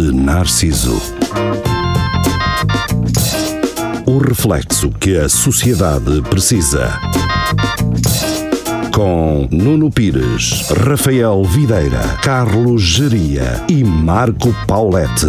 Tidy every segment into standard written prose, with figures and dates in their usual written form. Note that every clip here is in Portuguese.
Narciso. O reflexo que a sociedade precisa. Com Nuno Pires, Rafael Videira, Carlos Geria e Marco Paulette.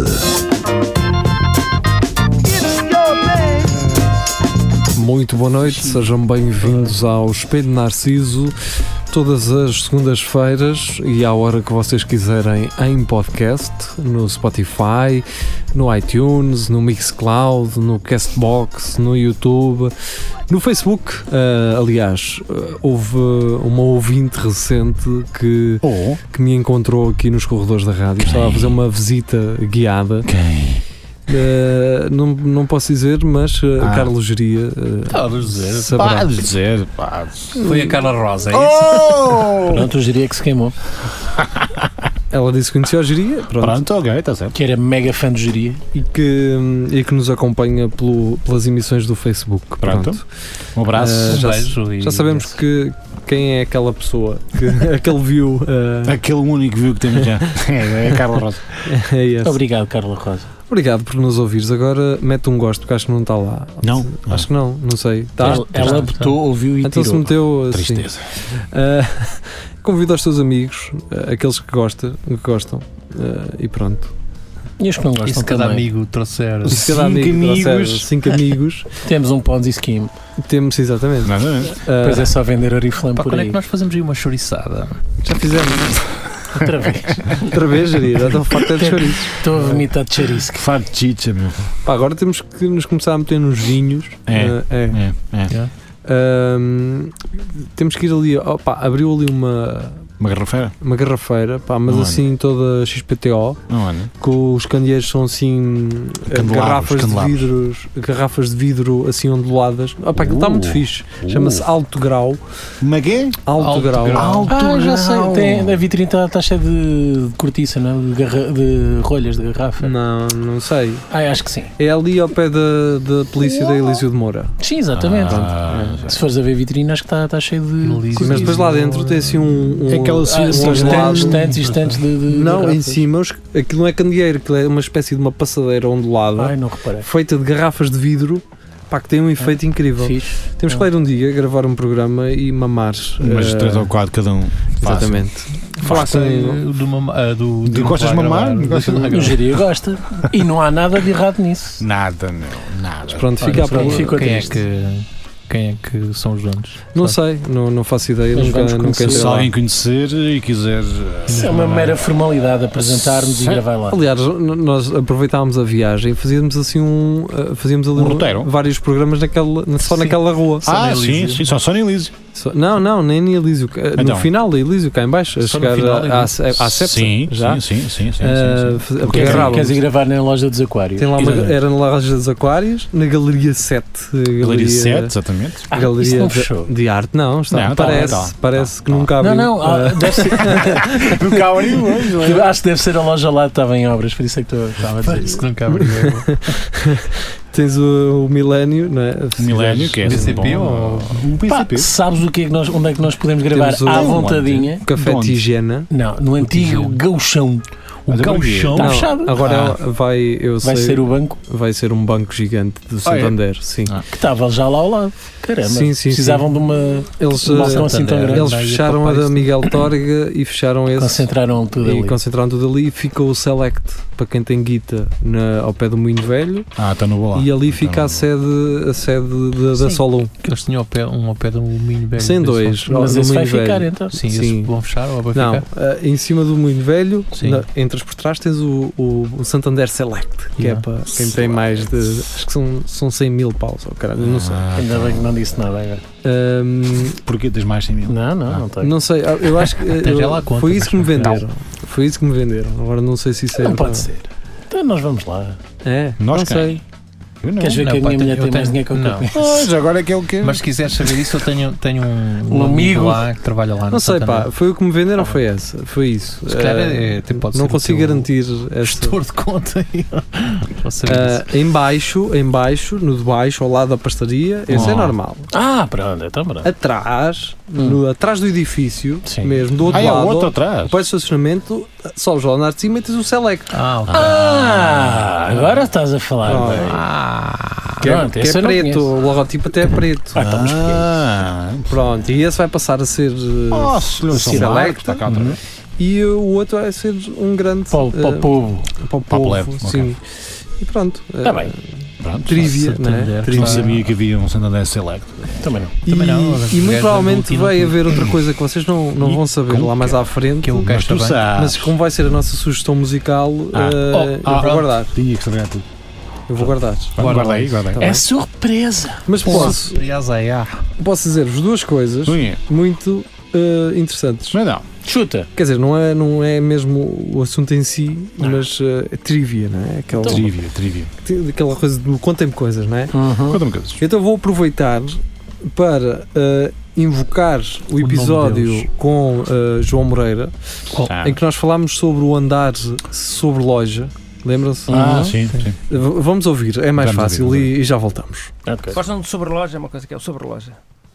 Muito boa noite, sejam bem-vindos ao Espelho Narciso, todas as segundas-feiras e à hora que vocês quiserem em podcast, no Spotify, no iTunes, no Mixcloud, no Castbox, no YouTube, no Facebook. Aliás, houve uma ouvinte recente que me encontrou aqui nos corredores da rádio. Estava a fazer uma visita guiada. Quem? Não posso dizer, mas Carlos Geria. Podes dizer. Foi a Carla Rosa, é isso? Pronto, o Geria que se queimou. Ela disse que conhecia o Geria. Pronto, ok, está certo. Que era mega fã do Geria. E que nos acompanha pelas emissões do Facebook. Pronto. Um abraço. Já sabemos quem é aquela pessoa, aquele view. Aquele único view que temos já. É a Carla Rosa. É esse. Obrigado, Carla Rosa. Obrigado por nos ouvires. Agora mete um gosto, porque acho que não está lá. Não? Acho que não sei. Tá? Ela botou, ouviu e então tirou. Se meteu assim. Tristeza. Convido os teus amigos, aqueles que gostam, e pronto. E os que não gostam. E se cada amigo trouxer 5 amigos, temos um Ponzi Scheme. Temos, exatamente. Depois é só vender Oriflame por quando aí. é que nós fazemos aí uma chouriçada? Já fizemos. Outra vez, Geria, já estou farto de chouriços. Estou a vomitar de chouriço. Que farto de chicha, meu. Agora temos que nos começar a meter nos vinhos. Temos que ir ali. Abriu ali uma garrafeira, mas assim toda XPTO, que os candeeiros são assim garrafas de vidro assim onduladas. Aquilo está muito fixe. Chama-se Alto Grau. Uma quê? Alto Grau. Já sei. A vitrine está cheia de cortiça, não? De rolhas de garrafa. Não sei. Acho que sim. É ali ao pé da polícia da Elísio de Moura. Sim, exatamente. Se fores a ver a vitrine, acho que está cheio de... Mas depois lá dentro tem assim aquelas estantes de não, garrafas. em cima aquilo não é candeeiro, aquilo é uma espécie de uma passadeira ondulada. Não reparei. Feita de garrafas de vidro, que tem um efeito incrível. Fixe. Temos que ir um dia, gravar um programa e mamar. Mas 3 ou 4 cada um. Exatamente. Falar com do gostas de mamar? O Geria gosta. E não há nada de errado nisso. Nada. Mas pronto, fica a prova. Quem é que são os donos? Não sei, não faço ideia. Nunca entrei se lá. alguém conhecer e quiser. Isso é uma mera formalidade apresentar-nos e gravar lá. Aliás, nós aproveitávamos a viagem e fazíamos assim fazíamos ali vários programas naquela rua. Sim, só no Elísio. Não, nem no Elísio. No final da Elísio, cá em baixo, a chegar à Sepsa. Sim. Queres ir gravar na loja dos Aquários? Era na loja dos Aquários, na Galeria 7. Galeria 7, exatamente. Galeria de arte, não. Parece que nunca abriu. Não, deve ser. Nunca abriu. Acho que deve ser a loja lá que estava em obras, por isso é que estava a dizer isso. Que nunca abriu. Tens o Milénio, não é? O Milénio, que é PCP ou o PCP. Sabes onde é que nós podemos gravar à vontadinha? O Café Tigena. Não, no antigo Gauchão. O Gauchão está fechado. Agora vai ser o banco? Vai ser um banco gigante do Santander, sim. Que estava já lá ao lado. Caramba, sim. Precisavam de uma balcão assim tão grande. Eles fecharam a da Miguel Torga e fecharam esse. Concentraram tudo ali E ficou o Select, para quem tem guita ao pé do Moinho Velho. Está no Bolá. E ali fica a sede da Solon. Eles tinham um ao pé do Moinho Velho. Sem dois. Mas esse vai ficar então? Sim, eles vão fechar ou vai ficar? Não, em cima do Moinho Velho, entras por trás, tens o Santander Select, que é para quem tem mais de... Acho que são 100 mil paus, caralho, não sei. Ainda bem que não disse nada agora. Porquê tens mais 100 mil? Não tenho. Não sei, eu acho que foi isso que me venderam. Foi isso que me venderam. Agora não sei se isso é... Não pode ser. Então nós vamos lá. Não sei. Queres ver que a minha mulher tem mais dinheiro que eu tenho? Pois, agora é que é o quê? Mas se quiseres saber isso, eu tenho um amigo lá que trabalha lá. Não sei, foi o que me venderam, foi essa. Foi isso. Se calhar não consigo garantir essa. Gestor de conta aí. Em baixo, no de baixo, ao lado da pastaria, esse é normal. Pronto, então pronto. Atrás atrás do edifício, Sim. mesmo, do outro é o lado, outro atrás. depois do estacionamento, sobes lá andar de cima e tens o Select. Agora estás a falar. Ah. bem. Que é, Pronto, que é esse eu não preto, conheço. o logotipo até é preto. Pronto, e esse vai passar a ser Select, está cá outra vez. e o outro vai ser um grande Para o povo. para o Para o povo, plebe, sim. ok. E pronto. Está bem. Pronto. Trivia, Nossa, não é? Santander, Não Trivia. sabia que havia um Santander Select. Também não. E, Também não, e os muito gajos da provavelmente Multi não vai tem. haver outra coisa que vocês não vão saber lá mais à frente. Que é o Mas gajo tu também. sabes. Mas como vai ser a nossa sugestão musical, eu vou pronto. guardar. Tinha que estragar tudo. Eu vou guardar. Guarda aí, guarda aí. Tá É bem. surpresa. Mas posso Posso dizer-vos duas coisas Cunha. muito interessantes. Mas não. Chuta. Quer dizer, não é mesmo o assunto em si, mas é trivia, não é? Aquela coisa do contem-me coisas, não é? Conta-me coisas. Então vou aproveitar para invocar o nome episódio deles. com João Moreira, Ah. em que nós falámos sobre o andar sobre loja. Lembram-se? Sim, sim. Vamos ouvir, é mais Vamos fácil ouvir, e já voltamos. Ok. Gostam de sobreloja? É uma coisa que é o sobreloja.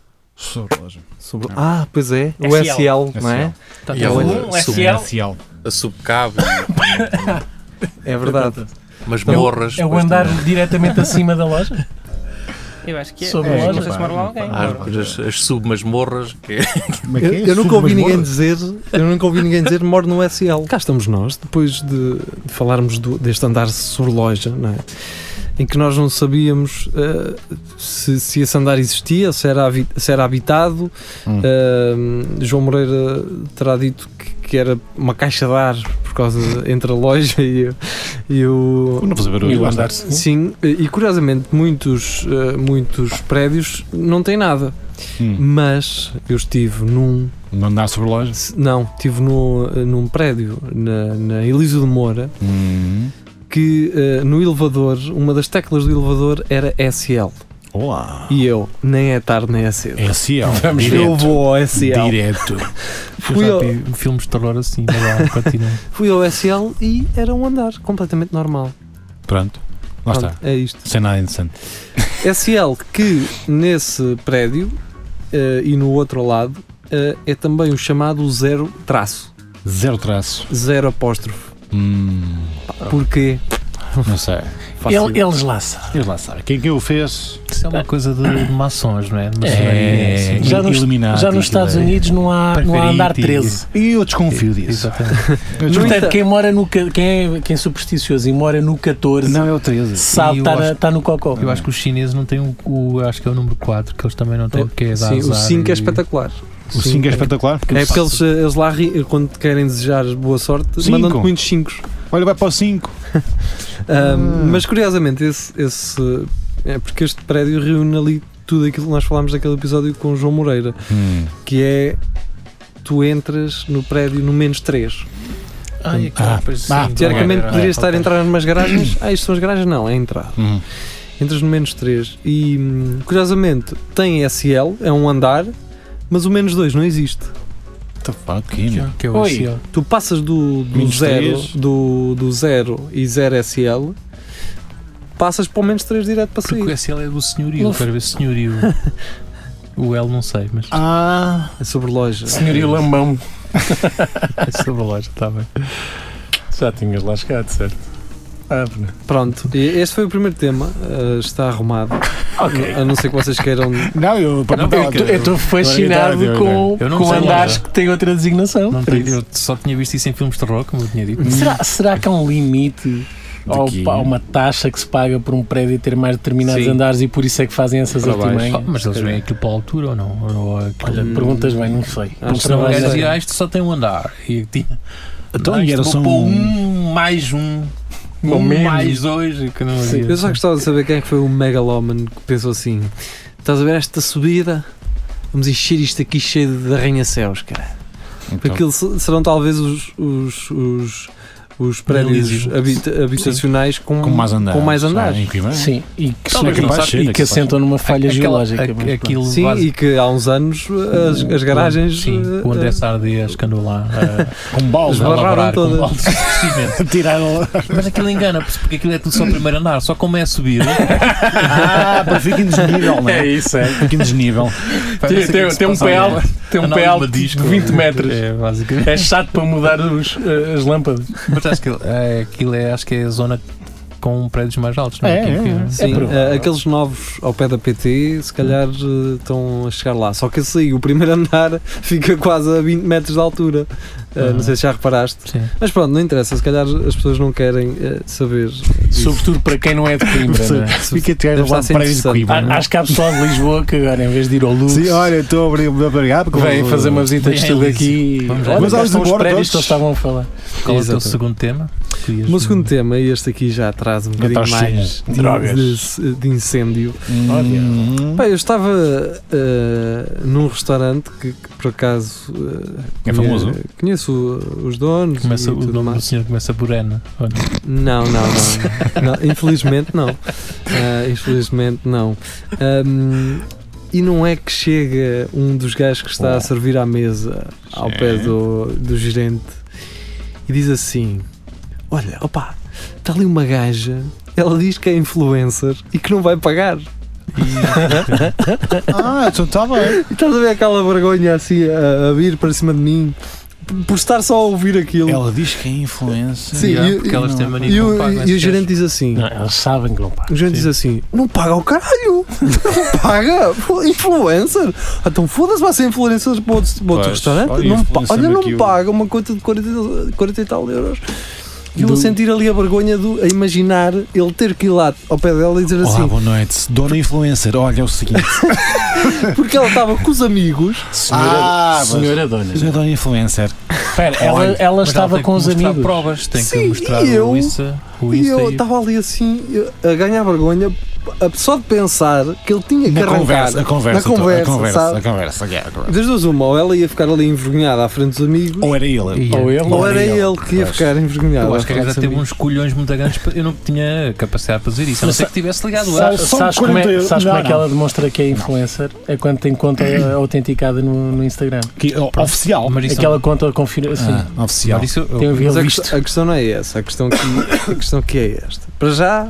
Pois é, o SL, SL, não é? E há um SL, a subcabo, É verdade. masmorras. É o andar diretamente acima da loja? eu acho que é. Sobre Não loja. sei se mora lá alguém. As submasmorras. Como é que é? Eu nunca ouvi Submasmorra? ninguém dizer moro no SL. Cá estamos nós, depois de falarmos deste andar sobre loja, não é? Em que nós não sabíamos se esse andar existia, se era habitado. João Moreira terá dito que era uma caixa de ar por causa entre a loja e o Não vou saber E hoje. o basta. andar. sim, e curiosamente muitos prédios não têm nada, mas eu estive Não andar sobre loja? estive num prédio na Elísio de Moura que no elevador, uma das teclas do elevador era SL. Olá. E eu, nem é tarde nem é cedo. SL. Vamos Eu Direto. vou ao SL. Direto. Fui Eu ao, já vi filmes de terror assim, mas lá continua. fui ao SL e era um andar completamente normal. Pronto. Lá está. Pronto, é isto. Sem nada interessante. SL que nesse prédio e no outro lado é também o chamado zero traço. Zero traço. Zero apóstrofo. Porquê? Não sei. Eles lá sabem. Eles lá sabem. Quem o fez? Isso é uma coisa de maçons, não é? De maçonaria, É. assim. Já nos- Illuminati, Já nos Estados aquilo é. Unidos não há andar 13. E eu desconfio disso. Exatamente. Portanto, quem mora no quem é supersticioso e mora no 14 Não, é o 13. sabe E eu acho- está no cocó. Eu acho que os chineses não têm acho que é o número 4, que eles também não têm, porque é dar Sim, o azar 5 é e- espetacular. O 5 é espetacular. É porque eles lá, quando te querem desejar boa sorte, Cinco. mandam-te muitos 5. Olha, vai para o 5. Mas curiosamente, é porque este prédio reúne ali tudo aquilo que nós falámos naquele episódio com o João Moreira, que é tu entras no prédio no menos 3. Ai, pois sim. Teoricamente poderias estar a ok. entrar numas garagens. Isto são as garagens? Não, é a entrada. Entras no menos 3 e curiosamente tem SL, é um andar, mas o menos 2 não existe. What the fuck, meu? Que é o Oi. SL. Tu passas do Menos 0 3. do 0 e 0 SL, passas para o menos 3 direto para Porque o sair. SL é do senhorio, Não quero ver senhorio. O L não sei, mas É sobre loja. Senhorio Lambão. é sobre a loja, está bem. Já tinhas lá chegado, certo? Pronto, e este foi o primeiro tema, está arrumado. Ok. A não ser que vocês queiram. Não, eu Eu estou fascinado com Eu não com sei andares loja. que têm outra designação. Não por tenho, isso. eu só tinha visto isso em filmes de terror, como eu tinha dito. Será que há um limite ou quê? uma taxa que se paga por um prédio ter mais determinados Sim. andares e por isso é que fazem essas Para baixo. artimanhas? Mas eles veem aquilo para a altura ou não? Ou Olha, perguntas bem, não sei. Acho Senão o não gajo sei. dizia, isto só tem um andar. E tinha. Então, Não, e isto era vou só pôr um- mais um. Ou Um menos. mais dois. E que não havia. Eu só gostava de saber quem é que foi o megalómano que pensou assim: estás a ver esta subida? Vamos encher isto aqui cheio de arranha-céus, cara. Porque Então, aquilo serão talvez os os prédios habitacionais com mais andares. Sim, e que que assentam numa falha geológica. Sim, e que há uns anos as garagens. Sim, o André Sardias que andou lá com balde, esbarraram todas. Tiraram. Mas aquilo engana, porque aquilo é tudo só o primeiro andar, só como é a subir. Para ficar indesnível, não é? É isso, é. Fica indesnível. Tem um pé alto, de 20 metros. É, basicamente. É chato para mudar as lâmpadas. Mas acho que acho que é a zona com prédios mais altos, não é? Sim, aqueles novos ao pé da PT, se calhar estão a chegar lá. Só que esse aí, o primeiro andar, fica quase a 20 metros de altura. Não sei se já reparaste. Sim. Mas pronto, não interessa. Se calhar as pessoas não querem saber disso. Sobretudo para quem não é de Coimbra, não é? Fica tirado lá de prédios de Coimbra. Acho que há pessoal de Lisboa que agora, em vez de ir ao Lux, sim, olha, estou a obrigado porque vem fazer uma visita de estudo aqui. Mas olha, são os prédios que eles estavam a falar. Qual é o teu segundo tema? O meu segundo tema, e este aqui já traz um bocadinho mais de incêndio. Bem, eu estava num restaurante que por acaso é famoso. Conheço os donos. O nome do senhor começa por N. Não, infelizmente não. Infelizmente não. E não é que chega um dos gajos que está a servir à mesa ao pé do gerente e diz assim: olha, opa, está ali uma gaja, ela diz que é influencer e que não vai pagar. Então está bem. E estás a ver aquela vergonha assim a vir para cima de mim por estar só a ouvir aquilo. Ela diz que é influencer. Sim, porque elas têm mania e o gerente diz assim: não, elas sabem que não pagam. O gerente diz assim: não paga o caralho, não paga, influencer. Então foda-se, vai ser influencer para outro restaurante. Olha, não paga uma conta de 40 e tal euros. E eu a sentir ali a vergonha a imaginar ele ter que ir lá ao pé dela e dizer assim: boa noite, dona influencer, olha, é o seguinte. Porque ela estava com os amigos. Senhora dona influencer. Espera, ela estava com os amigos. Provas, tem que mostrar o Insta. E eu estava ali assim a ganhar vergonha só de pensar que ele tinha que arrancar a conversa. Das duas uma, ou ela ia ficar ali envergonhada à frente dos amigos, ou era ele que ia ficar envergonhado. Eu acho que a gaja teve uns colhões muito grandes, eu não tinha capacidade para fazer isso, a não ser que tivesse ligado lá. Sabes como é que ela demonstra que é influencer? É quando tem conta autenticada no Instagram. Oficial. Aquela conta confirma. Oficial. Mas a questão não é essa, a questão que é esta. Para já,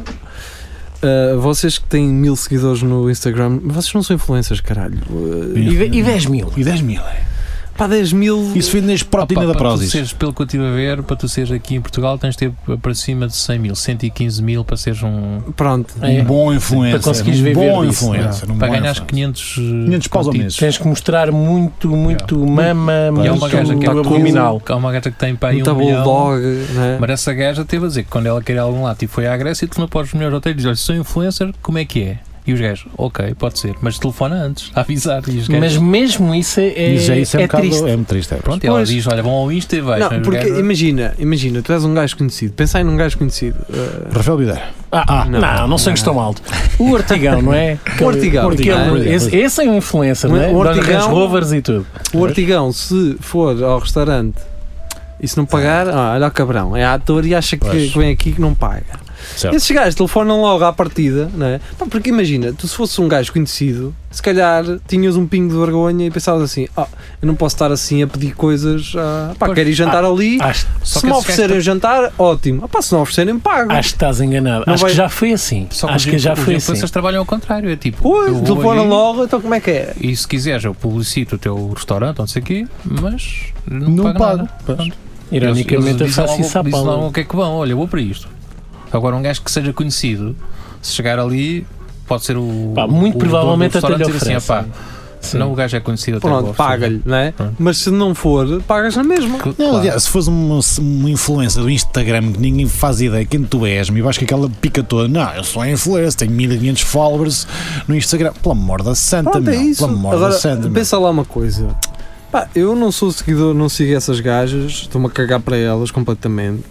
vocês que têm 1000 seguidores no Instagram, vocês não são influencers, caralho. E 10 mil? E 10 mil, Pá, 10 mil. Isso foi nas proteína da Prozis. Pelo que eu estive a ver, para tu seres aqui em Portugal, tens de ter para cima de 100 mil, 115 mil para seres um. Pronto. Um bom influencer. Para conseguires viver bom disso. Influencer. Para ganhar 500 paus ao mês. Tens que mostrar muito mama, é uma gaja que abdominal. Há uma gaja que tem para aí um milhão. Né? Mas essa gaja teve a dizer que quando ela queria algum lado, foi à Grécia e telefonou para os melhores hotéis e diz: olha, sou influencer, como é que é? E os gajos, ok, pode ser, mas telefona antes, a avisar. E os gajos, mas mesmo isso é triste. É muito triste. Pronto, e ela diz: olha, vão ao Insta e vais. Não, porque imagina, tu és um gajo conhecido, pensai num gajo conhecido. Rafael Videira. Não sei que estão alto. O Artigão, não é? O Artigão. Esse é um influencer, não é? O Artigão, Rovers e tudo. O Artigão, se for ao restaurante e se não pagar, olha o cabrão, é ator e acha que vem aqui que não paga. Certo. Esses gajos telefonam logo à partida, não é? Porque imagina, tu se fosses um gajo conhecido, se calhar tinhas um pingo de vergonha e pensavas assim: eu não posso estar assim a pedir coisas, quero ir jantar ali, se me oferecerem o jantar, ótimo, se não oferecerem, pago. Acho que estás enganado, acho que já foi assim. Acho que já foi assim. Vocês trabalham ao contrário, é tipo, telefonam logo, então como é que é? E se quiseres, eu publicito o teu restaurante, não sei o quê, mas não pago nada. Ironicamente, eu faço isso à Paula. O que é que vão? Olha, eu vou para isto. Agora, um gajo que seja conhecido, se chegar ali, pode ser muito provavelmente até lhe oferece. Se não, o gajo é conhecido, pronto, paga-lhe, não é? Mas se não for, pagas na mesma. Não, aliás, se fores uma influencer do Instagram que ninguém faz ideia quem tu és, me vais que aquela pica toda, não, eu sou influencer, tenho 1500 followers no Instagram, pelo amor da santa, pronto, meu. É isso. Pelo amor agora, da santa, pensa lá uma coisa. Eu não sou seguidor, não sigo essas gajas, estou-me a cagar para elas completamente.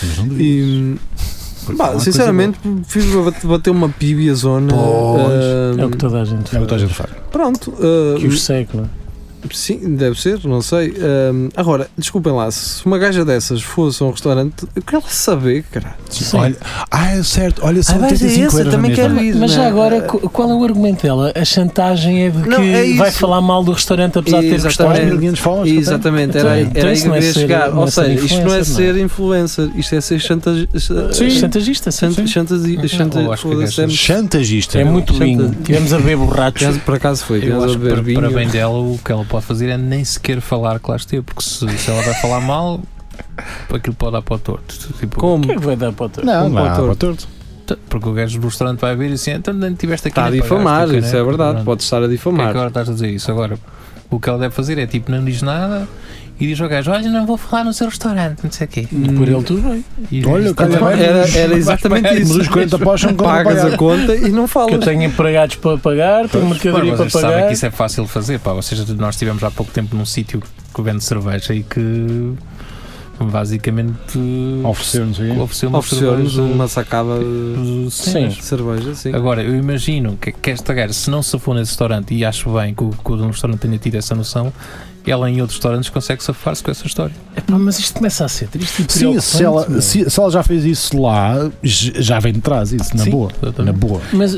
Sinceramente, fiz bater uma pibia zona. É o que toda a gente faz. Pronto. Que os segue, não é? Sim, deve ser, não sei. Agora, desculpem lá, se uma gaja dessas fosse a um restaurante, eu quero saber, cara. Olha, é certo, olha, só vais a 85 esse, euros também na mesma. quero ir. Mas né? já agora, qual é o argumento dela? A chantagem é de que Não, é isso. vai falar mal do restaurante apesar de ter Exatamente. gostado. 500 followers. Exatamente, Então, era então aí isso que eu não é queria ser- chegar. não é Ou ser seja, isto não é influencer, ser influencer, isto é ser Chantagista, sim. Eu acho que Chantagista. É muito vinho. Tivemos a beber borrachos. Por acaso foi, Eu tivemos acho a que beber vinho. para bem dela, o que ela pode fazer é nem sequer falar que lá esteve, porque se ela vai falar mal, aquilo pode dar para o torto. Tipo, O Como? que é que vai dar para o teu? Não, Como não, para o para o torto. porque o gajo do restaurante vai ver e assim, então nem tiveste aqui. Está a nem difamar, pagaste, isso é verdade, Pronto. pode estar a Por que é difamar. que agora estás a dizer isso? Agora, o que ela deve fazer é tipo, não diz nada e diz ao gajo: olha, não vou falar no seu restaurante, não sei o quê. E por ele tu vai. E Olha, Era exatamente Mas isso. os 40 paus são como Pagas pagar. a conta e não Que eu falas. tenho empregados para pagar, tenho mercadoria para vocês sabem pagar. que isso é fácil de fazer, pá. Ou seja, nós estivemos há pouco tempo num sítio que vende cerveja e que basicamente Oferecer-nos aí. ofereceu uma Ofereceu-nos cerveja uma sacada de Sim. cerveja, sim. Agora, eu imagino que esta gaja, se não se for nesse restaurante, e acho bem que o dono do restaurante tenha tido essa noção, ela em outros restaurantes consegue safar-se com essa história. Epá, mas isto começa a ser triste e Sim, se ela, preocupante, se ela já fez isso lá, já vem de trás isso, na Sim, boa. Na exatamente. boa. Mas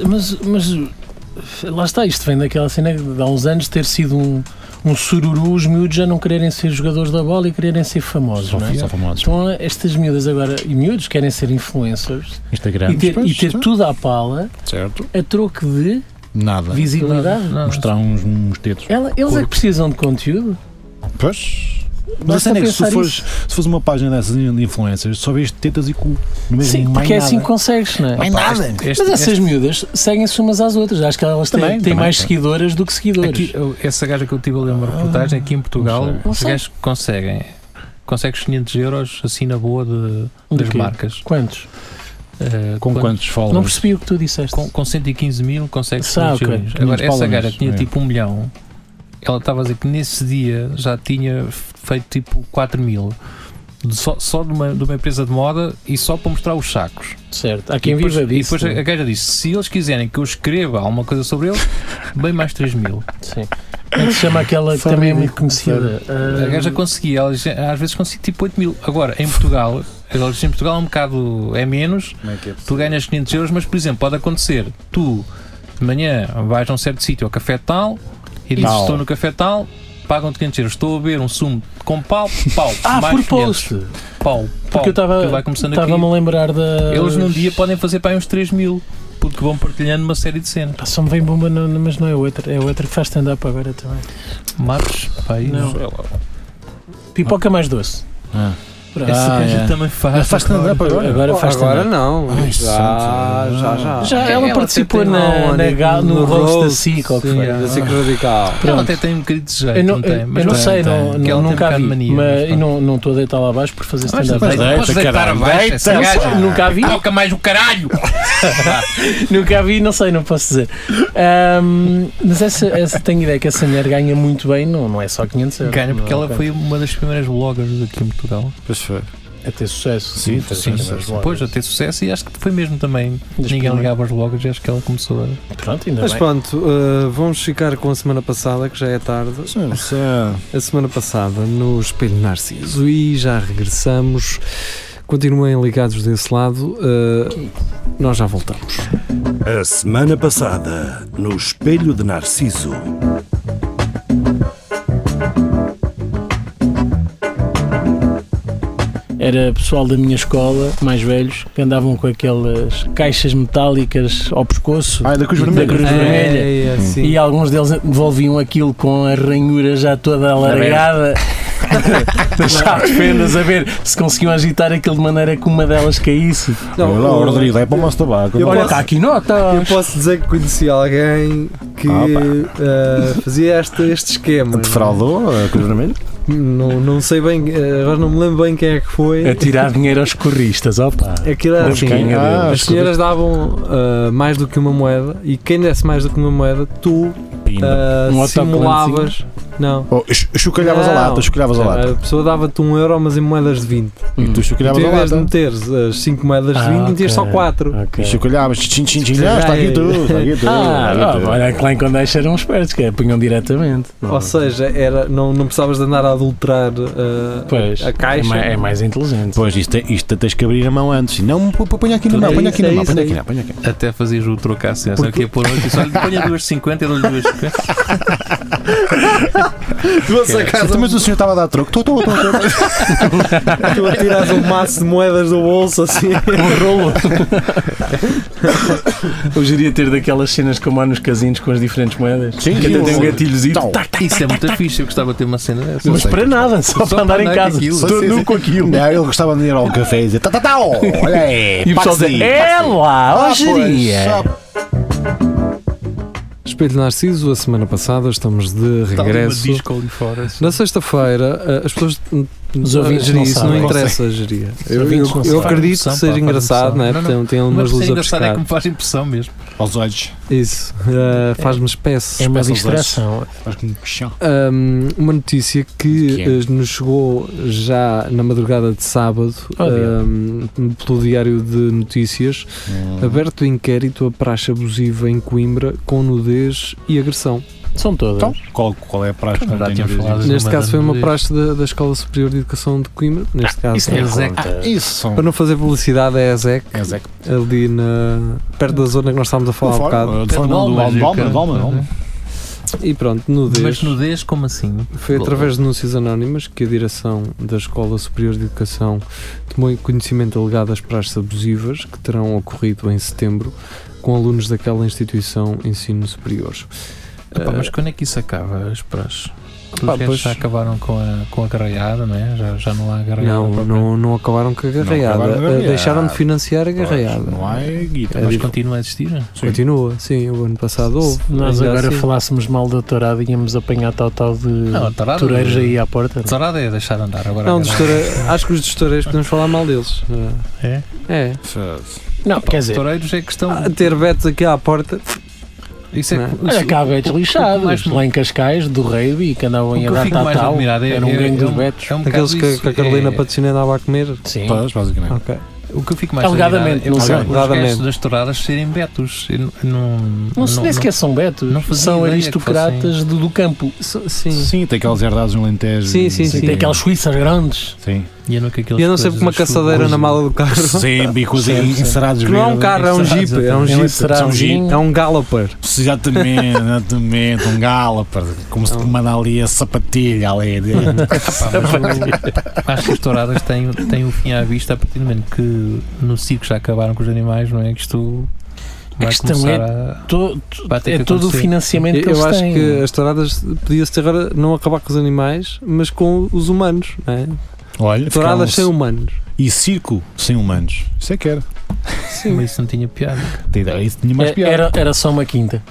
lá está, isto vem daquela cena de há uns anos ter sido um sururu, os miúdos já não quererem ser jogadores da bola e quererem ser famosos, não é? Só famosos. Então estas miúdas agora, e miúdos querem ser influencers Instagram. e ter tudo à pala Certo. a troco de Nada. visibilidade. Não, Mostrar uns tetos. Eles é que precisam de conteúdo. Pois. Basta Mas a cena é que se pensar fores uma página dessas de influencers, só vês tetas e cu. No mesmo, Sim, mais porque é nada. assim que consegues, não é? Mais nada. Mas essas miúdas seguem-se umas às outras. Acho que elas têm mais seguidoras do que seguidores. Aqui, essa gaja que eu tive a ler uma reportagem, aqui em Portugal, não os gajos conseguem 500 euros assim na boa das quê? marcas. Quantos? Com quantos followers? Não percebi o que tu disseste. Com 115 mil consegue Ah, ok. 500 euros. Agora, essa followers, gaja que tinha é. tipo 1 milhão, ela estava a dizer que nesse dia já tinha feito tipo 4 mil. Só de uma empresa de moda e só para mostrar os sacos. Certo. Há quem E depois, viva disso. E depois a gaja disse: se eles quiserem que eu escreva alguma coisa sobre eles, bem mais 3 mil. Sim. Como é que se chama aquela que também é muito conhecida? A gaja conseguia, ela às vezes conseguia tipo 8 mil. Agora, em Portugal é um bocado, é menos, Como é que é tu ganhas 500 euros, mas por exemplo, pode acontecer, tu de manhã vais a um certo sítio ao café tal e dizes: Tal. estou no café tal, pagam-te 500 euros, estou a beber um sumo com pau, mais por 500. post. Pau, Porque eu aquilo vai começando aqui. estava-me a lembrar da. Eles num dia podem fazer para aí uns 3 mil, porque vão partilhando uma série de cenas. Pá, só me vem bomba, mas não é outra. É outra que faz stand-up agora também. Marcos, pai, Não. sei lá. Pipoca mais doce. Ah. Pronto. Essa gaja é. também faz. Faz stand-up agora? Agora faz Agora stand-up. não, Ai, já. Já ela Ela participou até tem lá no roast da roast, SIC, ou o que sim, foi. da SIC Radical. Ela até tem um bocadinho de jeito, Eu não, não tem? eu não sei, que ela tem nunca um vi, bocado de mania, mas mas não estou a deitar lá abaixo por fazer stand-up. mas deita, Podes deitar caralho, abaixo essa deita. gaja. Nunca a vi. Toca mais o caralho! Nunca a vi, não sei, não posso dizer. Mas essa tenho ideia que essa mulher ganha muito bem, não é só 500 euros. Ganha porque Não, ela foi uma das primeiras bloggers aqui em Portugal. Pois foi. a ter sucesso. Sim, Sim, depois a ter sucesso e acho que foi mesmo também. Ninguém ligava aos bloggers e acho que ela começou a. Pronto, ainda Mas bem. pronto, vamos ficar com a semana passada, que já é tarde. A semana passada no Espelho Narciso e já regressamos. Continuem ligados desse lado, nós já voltamos. A semana passada no Espelho de Narciso. Era pessoal da minha escola, mais velhos, que andavam com aquelas caixas metálicas ao pescoço. Da Cruz Da Vermelha. Cruz Vermelha. É, assim. E alguns deles devolviam aquilo com a ranhura já toda alargada das chaves fendas, a ver se conseguiam agitar aquilo de maneira que uma delas caísse. Não, Olha lá, Rodrigo, é para o nosso tabaco. Olha cá, aqui nota! eu posso dizer que conheci alguém que fazia este esquema. Defraudou a Cruz Vermelha? Não sei bem, agora não me lembro bem quem é que foi. A tirar dinheiro aos corristas, opa! Aquilo era assim, Quem é as senhoras davam mais do que uma moeda e quem desse mais do que uma moeda, tu Um simulavas. Não. Oh, chocalhavas a lata, chocalhavas a lata. A pessoa dava-te €1, mas em moedas de 20. E tu Tu, chocalhavas em a vez de lata. meteres as 5 moedas de 20, metias só 4. E chocalhavas, tchim, está aqui tudo, está aqui tudo. Olha que lá em Condeixa eram espertos, que punham diretamente. Ou seja, não precisavas de andar a adulterar Pois, a caixa. é mais inteligente. Pois, isto tens que abrir a mão antes. Não, põe aqui na mão, põe aqui na mão, põe aqui. Até fazias o troco à ciência. Aqui a pôr outro e só lhe ponha 2,50 e dou-lhe 2,50. Mas o senhor estava a dar troco. Estou. Tu atiras um maço de moedas do bolso assim. Um rolo. Hoje iria ter daquelas cenas como há nos casinos com as diferentes moedas. Sim, que até tem um gatilhozinho. Isso é muito fixe. Eu gostava de ter uma cena dessa. Mas para nada, só para andar em casa. Estou nu com aquilo. Não, ele gostava de ir ao café e dizer olha aí. E o pessoal dizer, é lá, hoje iria. Espelho Narciso, a semana passada estamos de regresso. Disco ali fora. Na sexta-feira, as pessoas. Os ouvintes gerir não isso sabem. não interessa, geria. Eu ouvintes não sabem. acredito que Faz seja impressão, engraçado, faz né? impressão. Tem Mas umas ser luzes a engraçado é que pescar. me faz impressão mesmo. Aos olhos. Isso, faz-me espécie. É uma Peças distração. Faz com chão. Uma notícia que nos chegou já na madrugada de sábado pelo Diário de Notícias. Aberto inquérito a praxe abusiva em Coimbra com nudez e agressão. São todas. Então, qual é a praxe? Já tínhamos falado. Neste caso foi uma nudez. praxe da Escola Superior de Educação de Coimbra. Neste caso, Isso nem Zé. conta. Isso. para não fazer publicidade, é a ZEC, É Zé. ali perto da zona que nós estávamos a falar há um bocado. De forma E pronto, nudez. Mas nudez, como assim? Foi através de denúncias anónimas que a direção da Escola Superior de Educação tomou conhecimento alegado das praxes abusivas que terão ocorrido em setembro com alunos daquela instituição de ensino superior. Epá, mas quando é que isso acaba, as praxes? Os Pá, gajos pois- já acabaram com a garraiada, não é? Já não há garraiada. Não acabaram com a garraiada. acabaram com a garraiada. Deixaram de financiar a garraiada. Não há guita. Mas continua a existir? Continua, sim, o ano passado houve. Se nós Ainda agora assim. falássemos mal da tourada, íamos apanhar tal de Não, tarada- toureiros aí à porta. Zarada é deixar andar agora. Não, a dos garraia. acho que os dos toureiros podemos falar mal deles. É? É. Não, quer dizer, Toureiros é questão. Ter betos aqui à porta. Isso é Não. olha cá, betos lixados. mais- Lá em Cascais, do Rei, que andavam O em que eu dar fico mais tal. admirado Era um gangue dos betos. É um Aqueles bocado isso, que a Carolina é- Patrocínio andava a comer. Sim. Pois, basicamente. Ok. O que eu fico mais Alegadamente, admirado não sei. é os Alegadamente. gajos das touradas serem betos. Eu Não se nem sequer são betos. não fazia São ideia que aristocratas do campo. Sim. Sim, tem aquelas herdades no Alentejo. Sim, sim, sim. Tem aquelas suíças grandes. Sim. E eu nunca E eu não sei porque uma caçadeira na mala do carro. Sim, bicos Certo. encerados Que não é um verdes. carro, é um jeep. É um jeep. Enseradozinho. É um Galloper. Exatamente, um Galloper. Como se manda ali a sapatilha ali. Acho que as touradas têm o fim à vista a partir do momento que no circo já acabaram com os animais, não é? Que isto A vai questão começar é vai ter É que todo o acontecer. financiamento que Eu eles acho têm. que as touradas podia-se ter agora não acabar com os animais, mas com os humanos. Não é? Olha, Touradas sem humanos. E circo sem humanos. Isso é que era. Mas isso não tinha piada. Isso tinha mais piada. Era só uma quinta.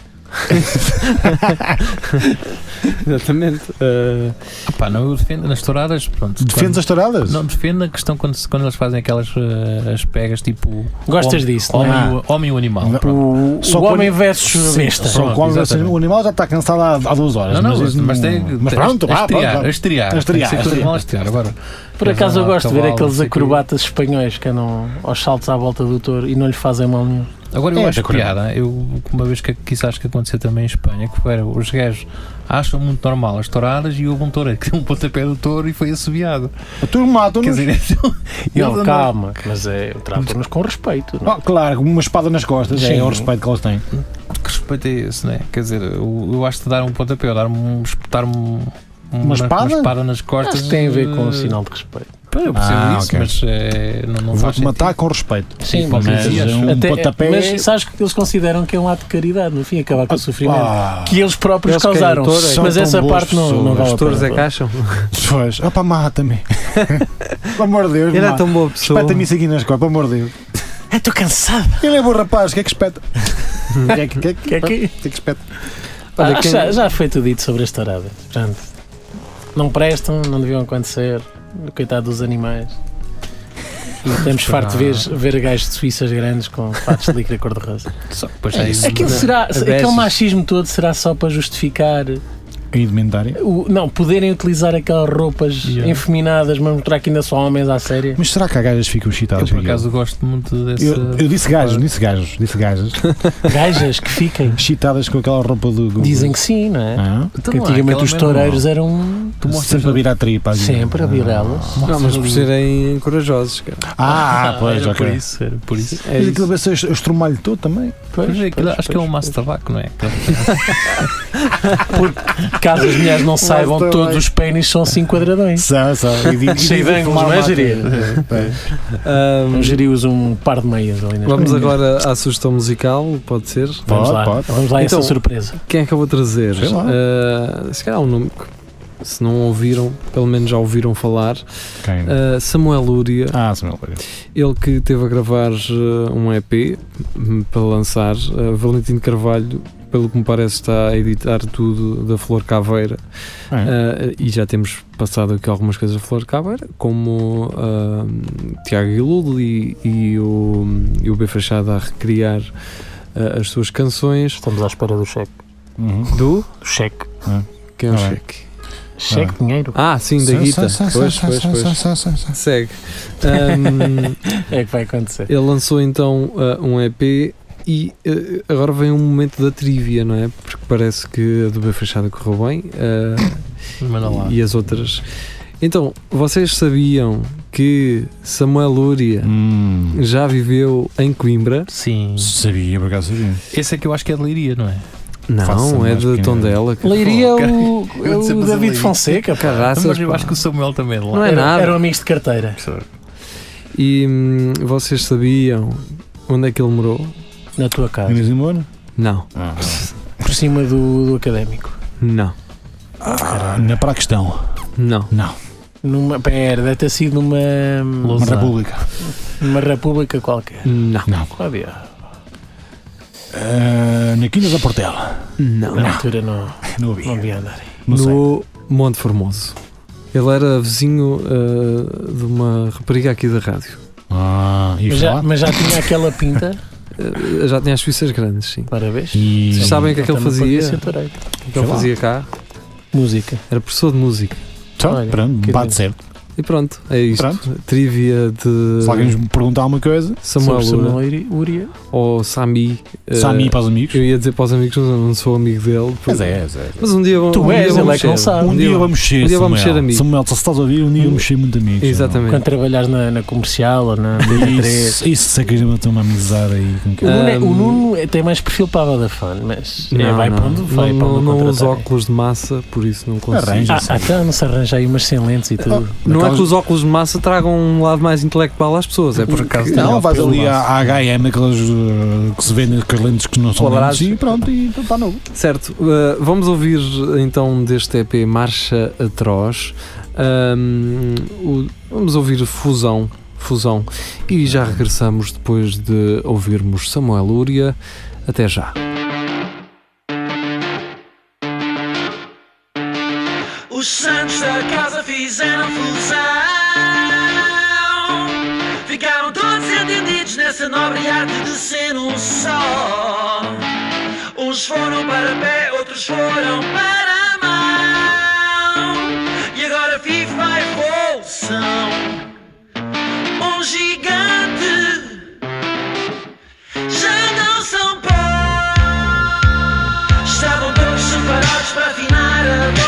Exatamente. Opá, não, eu defendo nas touradas, pronto. Defendes as touradas? Não, defendo a questão quando eles fazem aquelas as pegas tipo. Gostas homem, disso, não é? Homem e o animal. Não. Pronto. O Só homem quando- versus Sim, besta. Só Pronto, quando exatamente. o animal já está cansado há 2 horas. Não, isso mas não- tem. Mas pronto, a vá, estrear. vá. A estrear. A estrear, Tem que ser a tudo mal a estrear. Agora. Por acaso eu Cavalo, gosto de ver não aqueles sei o quê. acrobatas espanhóis que andam aos saltos à volta do touro e não lhes fazem mal nenhum. Agora eu É, acho de acordo. piada, uma vez que isso acho que aconteceu também em Espanha, que era, os gajos acham muito normal as touradas e houve um toureiro que deu um pontapé do touro e foi assobiado. A turma Quer mata-nos. dizer, Não, calma, mas tratam-nos com respeito. Não? Claro, uma espada nas costas. Sim. É o respeito que eles têm. que respeito é esse, né? Quer dizer, eu acho que dar um pontapé, espetar-me Uma espada? nas costas. Acho que tem a ver com o sinal de respeito. Pois, eu percebo Ah, isso, ok. mas não faz Vou-te matar sentido. com respeito. Sim, mas um Até- pontapé. mas sabes que eles consideram que é um ato de caridade, no fim, acabar com o sofrimento. Que Eles próprios Eles querem causaram. o touro, são Mas tão essa boas parte não pessoas. vale Os a touros pena. é que acham. Pois, opa, mata-me. Pelo amor de Deus, Ele é mata. tão boa pessoa. Espeta-me isso aqui nas costas, pelo amor de Deus. Estou cansado. Ele é bom rapaz, o que é que espeta? O que é que espeta? Olha, quem- Já foi tudo dito sobre as touradas. Portanto, não prestam, não deviam acontecer. Coitado dos animais. E estamos fartos de ver gajos de Suíças grandes com fatos de licra cor-de-rosa. Aquele machismo todo será só para justificar A indumentária. Não, poderem utilizar aquelas roupas enfeminadas, mas mostrar que ainda são homens à série. Mas será que há gajas que ficam excitadas? Eu por acaso gosto muito desse. Eu disse gajos, disse gajas. Gajas que fiquem Excitadas com aquela roupa do. Dizem que sim, não é? Então, Que antigamente os toureiros eram sempre a virar tripa. sempre a virá-las. Não, mas por serem corajosos, cara. Pois, era ok. por isso. É Mas isso. aquilo deve ser o estromalho todo também. Acho que é um maço de tabaco, não é? Caso as mulheres não saibam, todos os pênis são assim quadradões. São. Cheio de ângulos, não é, Jeria? Um Jeria usa um par de meias ali nas Vamos pernas. agora à sugestão musical, pode ser? Vamos lá a Então, essa surpresa. Quem é que eu vou trazer? Sei lá. Se calhar um nome que, se não ouviram, pelo menos já ouviram falar. Samuel Lúria, Samuel Lúria. ele que teve a gravar um EP para lançar. Valentim Carvalho, pelo que me parece, está a editar tudo da Flor Caveira. E já temos passado aqui algumas coisas da Flor Caveira, como Tiago Guilhudo e o B Fachada a recriar as suas canções. Estamos à espera do cheque. Do cheque. que é o Tá bem. cheque? Cheque, dinheiro. Sim, da guita. Pois. Segue. É que vai acontecer. Ele lançou então um EP e agora vem um momento da trivia, não é? Porque parece que a do B Fachada correu bem e as outras. Então, vocês sabiam que Samuel Lúria já viveu em Coimbra? Sim. Sabia, por acaso sabia. Esse é que eu acho que é de Leiria, não é? Não, é de Tondela. Leiria é o Eu disse David Leiria. Fonseca. pá. Caraças, Mas eu pá. acho que o Samuel também é de lá. Não é nada. Eram amigos de carteira. E vocês sabiam onde é que ele morou? Na tua casa. Inês embora? Não, Por cima do académico. não, Na Praquestão. não. Deve ter sido numa Uma república. república qualquer. Não. Havia. Na Quina da Portela. Não. Na altura não Não havia. devia andar. Não sei. No Monte Formoso. Ele era vizinho de uma rapariga aqui da rádio. E falar? Mas já tinha aquela pinta. Já tinha as Suíças grandes, sim. Parabéns. E Vocês sabem o que é que ele Também fazia? podia ser toureiro. O que ele Sei lá. fazia cá? Música. Era professor de música. Então, Olha, pronto, que bate lindo. certo. E pronto, é isto. Pronto. Trivia de Se alguém me perguntar alguma coisa, Samuel Sobre Lúria Samuel Lúria. ou Sami. Sami para os amigos. Eu ia dizer para os amigos, mas eu não sou amigo dele. Mas é. Mas um dia Tu um és, dia ele vamos é que não ser. sabe. Um dia vamos ser, um dia vamos Samuel. ser amigos. Samuel, se estás a ouvir, um dia vamos ser muito amigos. Exatamente. Quando trabalhares na comercial ou na TV3. Isso sei que a gente tem uma amizade aí com quem. O Nuno tem mais perfil para a Vodafone, mas vai para onde vai. Não uso óculos de massa, por isso não consigo. Arranja. Então não se arranja aí umas sem lentes e tudo. Não é que os óculos de massa tragam um lado mais intelectual às pessoas, é Por porque acaso Não, vais pelo ali laço. à H&M, aquelas que se vendem com as lentes que não são Quadrados. lentes e pronto, e está novo. Certo, vamos ouvir então deste EP Marcha Atroz. Vamos ouvir Fusão e já regressamos depois de ouvirmos Samuel Lúria. Até já. Os santos da casa fizeram fusão. Ficaram todos entendidos nessa nobre arte de ser um só. Uns foram para pé, outros foram para a mão. E agora FIFA e evolução. Um gigante. Já não são pó. Estavam todos separados para afinar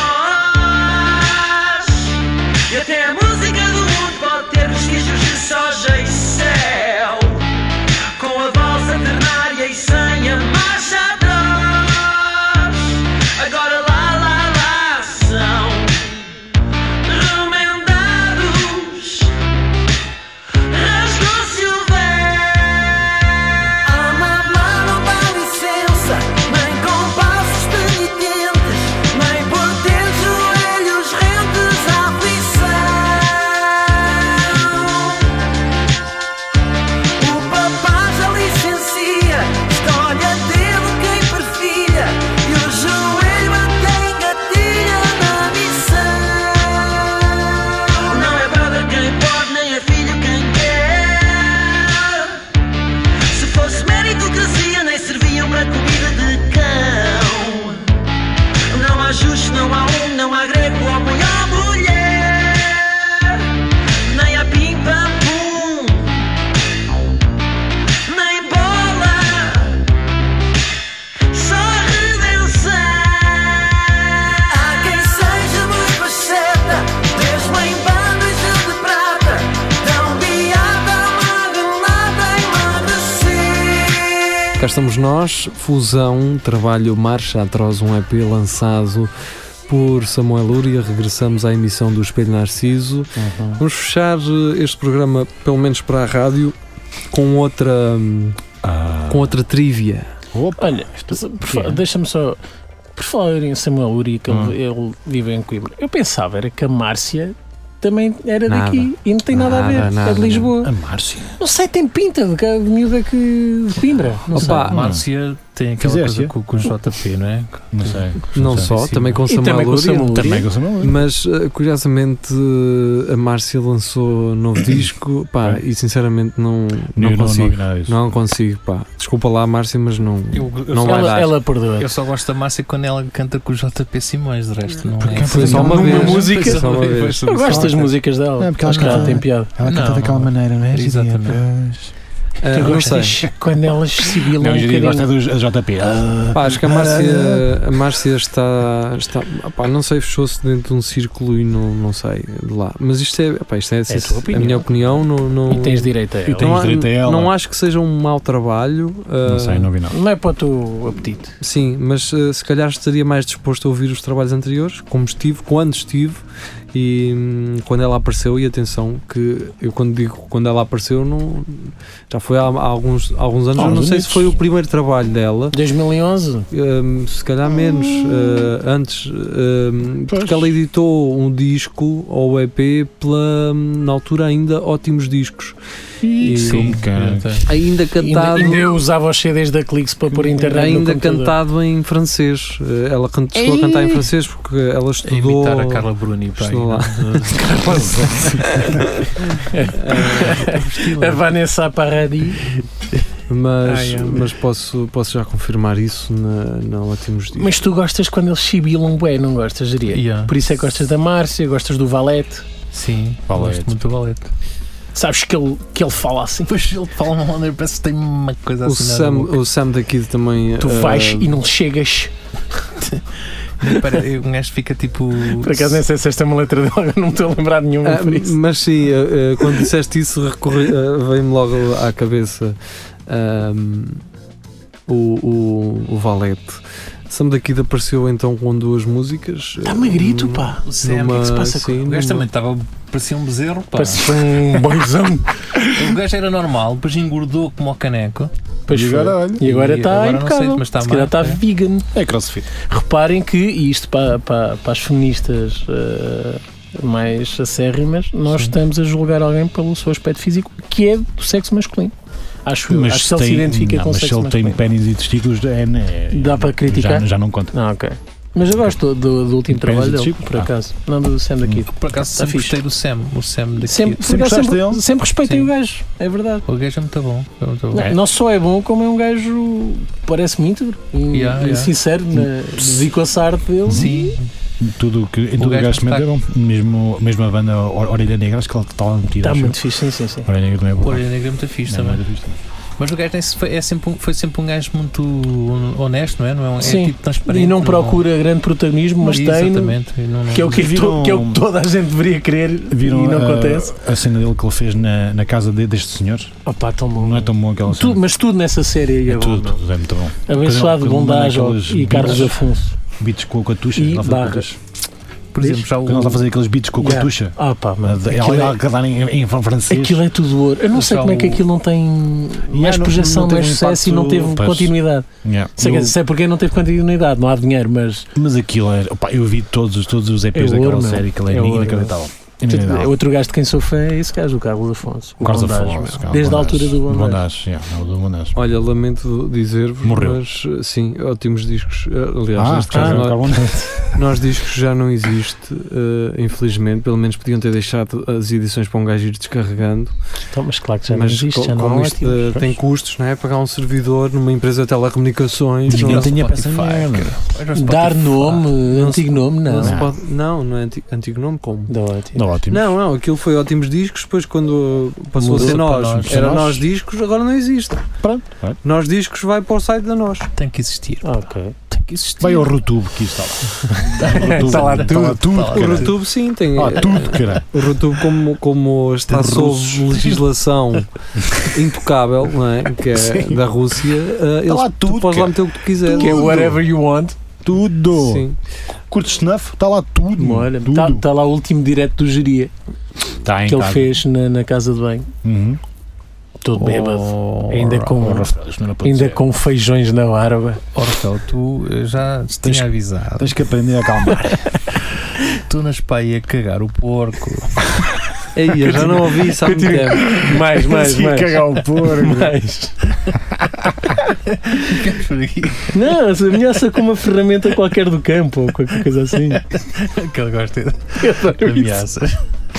a voz. E até a música do mundo pode ter vestígios de soja e céu. Com a valsa ternária e sem a marcha atrás. Agora lá Cá estamos nós, Fusão, trabalho Marcha Atroz, um EP lançado por Samuel Lúria. Regressamos à emissão do Espelho Narciso. Vamos fechar este programa, pelo menos para a rádio, com outra trivia. Olha, deixa-me só, por falar em Samuel Lúria, que ele vive em Coimbra, eu pensava era que a Márcia também era daqui e não tem nada a ver, é de Lisboa. A Márcia? Não sei, tem pinta de miúda que de Coimbra. Não sei. A Márcia tem aquela coisa com o JP, não é? Não sei. Não só, também com Samuel Lúria. Também com Samuel Lúria. Mas, curiosamente, a Márcia lançou novo disco, pá, e sinceramente não consigo. Não consigo, pá. Desculpa lá, Márcia, mas não vai dar. Ela perdoa. Eu só gosto da Márcia quando ela canta com o JP Simões, de resto não é. Foi só uma vez. Música. Só uma vez. Eu gosto das músicas dela. É, porque acho que ela tem piada. Ela canta daquela maneira, não é? Exatamente. Eu gosto quando elas sibilam um bocadinho. Gosta do JP. Pá, acho que a Márcia está pá, não sei, fechou-se dentro de um círculo e não sei de lá. Mas isto é a minha opinião. E tens direito a ela. direito a ela. Não acho que seja um mau trabalho. Não sei, não vi nada. Não é para o teu apetite. Sim, mas se calhar estaria mais disposto a ouvir os trabalhos anteriores, quando estive. E quando ela apareceu, e atenção que eu quando digo quando ela apareceu já foi há alguns anos, eu não sei se foi o primeiro trabalho dela, 2011, se calhar menos, antes, porque ela editou um disco ou EP na altura ainda Ótimos Discos. Sim, ainda cantado. Ainda eu usava os CDs da Clix para pôr internet ainda no computador. Cantado em francês. Ela chegou a cantar em francês porque ela estudou. Imitar a Carla Bruni para lá. A Vanessa Paradis. Mas posso já confirmar isso na Ótimos Discos. Mas tu gostas quando eles sibilam bem, não gostas, diria? Yeah. Por isso é que gostas da Márcia, gostas do Valete. Sim, gosto muito do Valete. Sabes que ele fala assim. Pois ele fala uma maneira, parece que tem uma coisa assim. O Sam daqui também. Tu vais e não chegas. Um gajo fica tipo. Por acaso nem sei se esta é uma letra dele, não me estou a lembrar de nenhuma por isso. Mas sim, quando disseste isso, veio-me logo à cabeça o Valete. Sam daqui apareceu então com 2 músicas. Está magrito, pá. O Sam, o que é que se passa com o gajo? Também parecia um bezerro, pá. Parecia um boizão. O gajo era normal, depois engordou como o caneco. E agora está impecável. Mas está se calhar está vegan. É crossfit. Reparem que, e isto para as feministas mais acérrimas, nós estamos a julgar alguém pelo seu aspecto físico, que é do sexo masculino. Acho que ele se identifica com o sexo masculino. Mas se ele tem pênis e testículos, dá para criticar? Já não conta. Ok. Mas eu gosto do último trabalho dele, por acaso. Não do Sam daqui. Por acaso sempre gostei do Sam. O Sam daqui. Sempre respeitei o gajo, é verdade. O gajo é muito bom. Não só é bom, como é um gajo parece-me íntegro e sincero na dedicação dele. Sim. Tudo que em todo o gajo é bom. Mesmo a banda Orelha Negra, acho que ela está lá metida. Está muito fixe, sim. Orelha Negra também é boa. Orelha Negra é muito fixe também. Mas o gajo foi sempre um gajo muito honesto, não é? Não é tipo transparente. E não procura grande protagonismo, mas tem. Exatamente. Que é o que toda a gente deveria querer e não acontece. A cena dele que ele fez na casa deste senhor. Opa, tão bom. Não é tão bom aquela cena. Mas tudo nessa série é bom. Tudo é muito bom. Abençoado Bondage e Carlos Afonso. Beats com a Catuxa. E barras. Por exemplo, já quando ele está a fazer aqueles beats com a Catuxa, ela a cantar em francês. Aquilo é tudo ouro. Eu não sei como é que aquilo não tem mais projeção, mais sucesso e não teve continuidade. Sei porque não teve continuidade, não há dinheiro, mas aquilo é. Eu vi todos os EPs daquela série, que ele é inacreditável. Outro gajo de quem sou fã é esse gajo, o Carlos Afonso. O Carlos Afonso. Desde a altura do Bondage. Olha, lamento dizer-vos, mas sim, Ótimos Discos. Aliás, neste caso, nós discos já não existe, infelizmente. Pelo menos podiam ter deixado as edições para um gajo ir descarregando. Então, mas claro que já não existe, já não como isto tem custos, não é? Pagar um servidor numa empresa de telecomunicações. Ninguém tinha peça nenhuma. Dar nome, antigo nome, não. Não é antigo nome, como? Ótimo. Não, aquilo foi Ótimos Discos, depois quando passou a ser nós, era Nós Discos, agora não existe. Pronto. Nós Discos vai para o site da Nós. Tem que existir. Ok. Tem que existia. Vai ao Rotube, que isto está lá. Está lá tudo. O Rotube, sim, tem. tudo, cara. O Rotube, como está sob legislação intocável, não é? Que é da Rússia, lá tudo, tu podes lá cara. meter o que tu quiseres. Que é whatever you want. Tudo. Sim. Curtes snuff? Está lá tudo. Olha, tudo. está lá o último direto do Geria Tá em que ele casa. fez na casa de banho. Uhum. Todo bêbado. Oh, Ainda com feijões na barba. Rafael, tu já te tinha avisado. Tens que aprender a acalmar. Tu nas pá ia cagar o porco. Ei, eu já não ouvi isso há muito tempo. Mais. cagar o porco. Mais. Ficamos por aqui. Não, ameaça com uma ferramenta qualquer do campo ou qualquer coisa assim. Que ele gosta de Eu adoro isso. ameaças.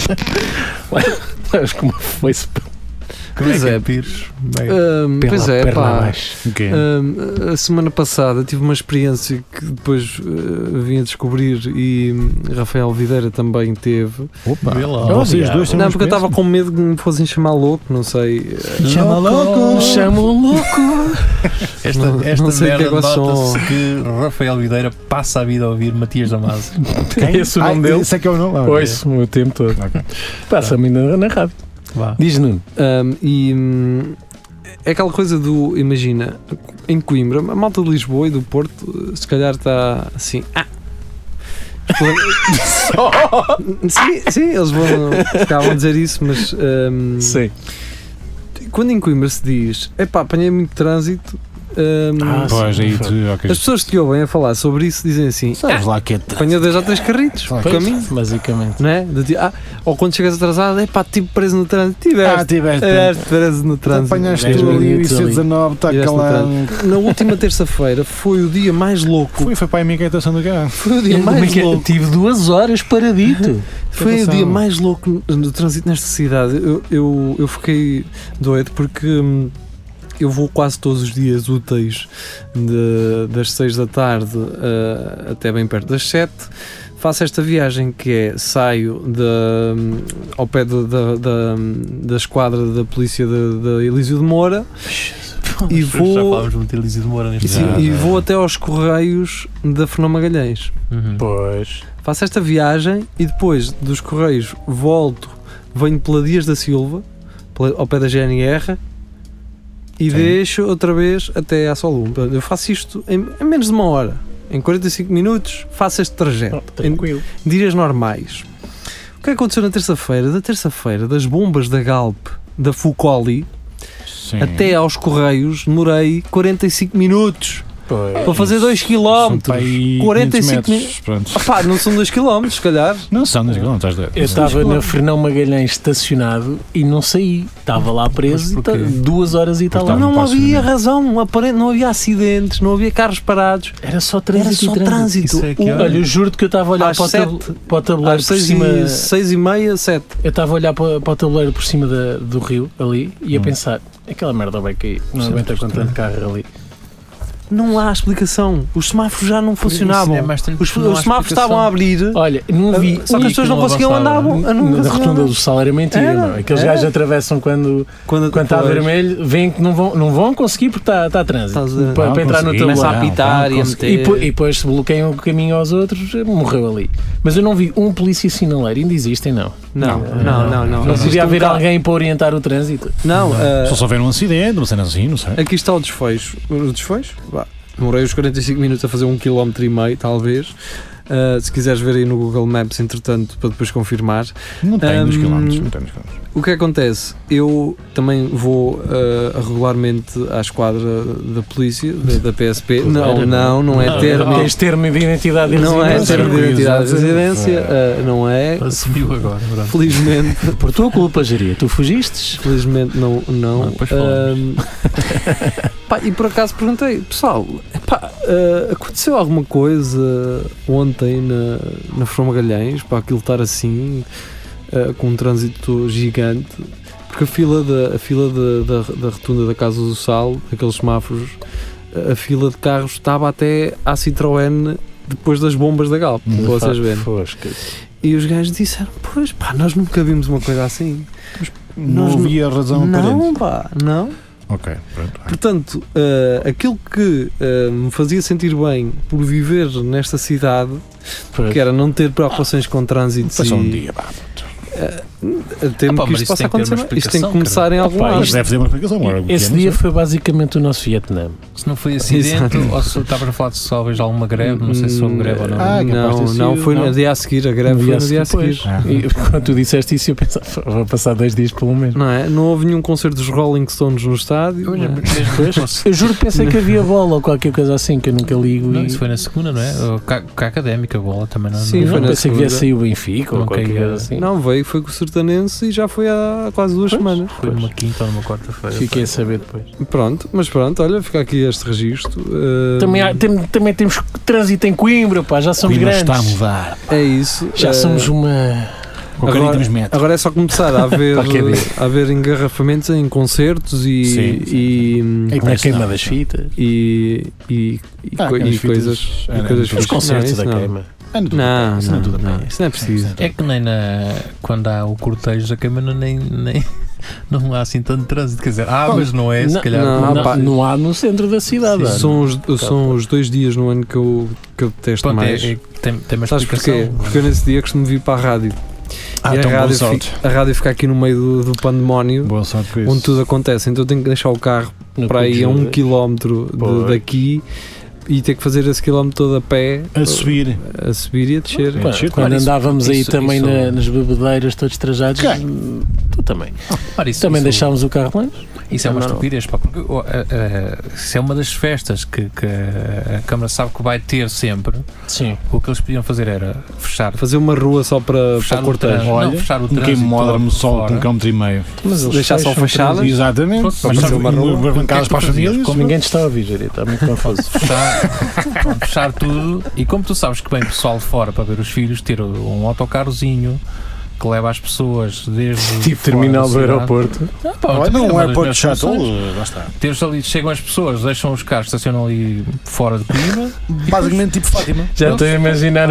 Mas como foi-se Pois é. Pires? Pois é, perna pá. abaixo. Okay. A semana passada tive uma experiência que depois vim a descobrir e Rafael Videira também teve. Opa, Vê lá. vocês dois têm Não, uma porque eu estava experiência? com medo que me fossem chamar louco, não sei. Chama louco. Chama o louco. Esta não sei o que é merda que eu sou. nota-se que Rafael Videira passa a vida a ouvir Matias Damasio. Quem? Esse é o nome dele. Esse é que é o nome? Ah, Ouço o tempo todo. ok. Passa-me ainda na rádio. Vá. Diz Nuno. É aquela coisa do, imagina, em Coimbra, a malta de Lisboa e do Porto, se calhar está assim. Sim, eles vão dizer isso, mas Sim. quando em Coimbra se diz, epá, apanhei muito trânsito, Pois aí tu, ok. as pessoas que ouvem a falar sobre isso dizem assim, Sabes lá que é apanhei 2 ou 3 carritos por caminho, Basicamente. não é? Ou quando chegas atrasado, epá, tipo preso no trânsito, tiveste tiveste. preso no trânsito. Apanhaste 10 tu ali o minutos ali. IC19, está Tiveste no calando. Na última terça-feira foi o dia mais louco. Foi para a minha inquietação do carro. Foi o dia mais louco. Tive 2 horas paradito. Foi o dia mais louco no trânsito nesta cidade. Eu fiquei doido porque eu vou quase todos os dias úteis das 6 da tarde até bem perto das 7. Faço esta viagem que é, saio ao pé da esquadra da polícia da Elísio de Moura e Já vou, falámos muito de Elísio de Moura neste sim, momento. e vou até aos Correios da Fernão Magalhães. Uhum. Pois. Faço esta viagem e depois dos Correios venho pela Dias da Silva, ao pé da GNR, e deixo outra vez até à Solum. Eu faço isto em menos de 1 hora. Em 45 minutos faço este trajeto. Tranquilo. Em dias normais. O que aconteceu na terça-feira? Da terça-feira, das bombas da Galp, da Fucoli, Sim. até aos Correios, demorei 45 minutos. Para fazer 2 km. 45 minutos. Pronto. Opá, não são 2 km, se calhar. Não são 2 km, estás doido. Eu estava na Fernão Magalhães estacionado e não saí. Estava lá preso Mas porquê? 2 horas e tal. Porque Não no havia estacionamento. razão, aparente, não havia acidentes, não havia carros parados. Era só Era trânsito. só e trânsito. Isso é que Olha, eu juro que eu estava a olhar Às para o 7, tabuleiro às por cima. 6h30, 7. Eu estava a olhar para o tabuleiro por cima do rio ali e a pensar, aquela merda vai cair, não aguenta com tanto carro ali. Não há explicação. Os semáforos já não funcionavam. Isso é mais tranquilo, Os não há semáforos explicação. estavam a abrir. Olha, não vi. Só que as pessoas não conseguiam andar. Na rotunda do Sal era mentira, Era, não. Aqueles era. gajos atravessam quando está vermelho, veem que não vão conseguir porque está trânsito. Estás a- Para entrar no Começa a tabuleiro. apitar e a meter. E depois se bloqueiam o caminho aos outros, morreu ali. Mas eu não vi um polícia sinaleiro, ainda existem, não. Não. Não Existe podia haver carro. alguém para orientar o trânsito. Não, Só se houver um acidente, uma cena assim, não sei. aqui está o desfecho. O desfecho? Vá. Demorei os 45 minutos a fazer 1,5 km, talvez. Se quiseres ver aí no Google Maps, entretanto, para depois confirmar. Não tem 2 km, não tem 2 km. O que acontece? Eu também vou regularmente à esquadra da polícia, da PSP. Não é termo. Tens termo de identidade e Não é residência. termo de identidade de residência, não é. Assumiu agora, verdade. Felizmente, Por tua culpa, Jeria. Tu fugiste? felizmente não. Depois falamos. Pá, e por acaso perguntei, pessoal, aconteceu alguma coisa ontem na Fernão Magalhães para aquilo estar assim, com um trânsito gigante? Porque a fila da rotunda da Casa do Sal, aqueles semáforos, a fila de carros estava até à Citroën depois das bombas da Galp, para vocês verem. E os gajos disseram, pois pá, nós nunca vimos uma coisa assim. Não Nós havia razão Não, aparente. pá, não. Ok, pronto. Portanto, aquilo que me fazia sentir bem por viver nesta cidade, que era não ter preocupações com trânsito Passou um dia, pá. temo que isto possa acontecer. Isto tem que começar em algum lado. Mas deve ter uma explicação. Esse dia foi basicamente o nosso Vietnã. Se não foi acidente, ou se estavas a falar de talvez alguma greve, não sei se houve greve ou não. Não, foi no dia a seguir, a greve foi no dia a seguir. E quando tu disseste isso, eu pensava, vou passar 2 dias pelo menos. Não é? Não houve nenhum concerto dos Rolling Stones no estádio. Eu juro que pensei que havia bola ou qualquer coisa assim, que eu nunca ligo. Não, isso foi na segunda, não é? Cá académica, a bola também não. Sim, foi na pensei segunda. Que ia sair o Benfica ou qualquer coisa assim. Não, foi com o Sertanense e já foi há quase 2 semanas. Foi numa quinta ou numa quarta-feira. Fiquei a saber depois. Pronto, olha, fica aqui este registro. Também temos trânsito em Coimbra, pá, já somos Coimbra grandes. está a mudar. É isso. Já somos uma... Agora é só começar a haver engarrafamentos em concertos e a queima das fitas e coisas. Os concertos da queima. Não, isso não é preciso. É que nem quando há o cortejo da queima não há assim tanto trânsito, quer dizer, mas não é, se calhar. Não há no centro da cidade. São os 2 dias no ano que eu detesto mais. Tem uma Sabes porquê? Porque eu nesse dia costumo vir para a rádio. E então a rádio fica aqui no meio do pandemónio, boa sorte por isso. onde tudo acontece. Então eu tenho que deixar o carro para aí a 1 km daqui e ter que fazer esse quilómetro todo a pé, a subir e a descer. Quando andávamos aí também nas bebedeiras todos trajados, tu também. Também deixámos o carro lá. Isso é uma estupidez, pá, porque isso é uma das festas que a Câmara sabe que vai ter sempre. Sim. O que eles podiam fazer era fazer uma rua só para cortejo. Olha, fechar o trânsito. Modern só de 1,5 km. Mas deixar só fechadas. Exatamente. Mas fazer uma rua bancadas para as famílias. Ninguém te está a ouvir, Jerry, está muito confuso. Fechar tudo. E como tu sabes que vem pessoal de fora para ver os filhos, ter um autocarrozinho que leva as pessoas desde tipo terminal do aeroporto. Não é aeroporto chato, lá está. Ali, chegam as pessoas, deixam os carros, estacionam ali fora de Coimbra. Basicamente tipo Fátima. Já estou a imaginar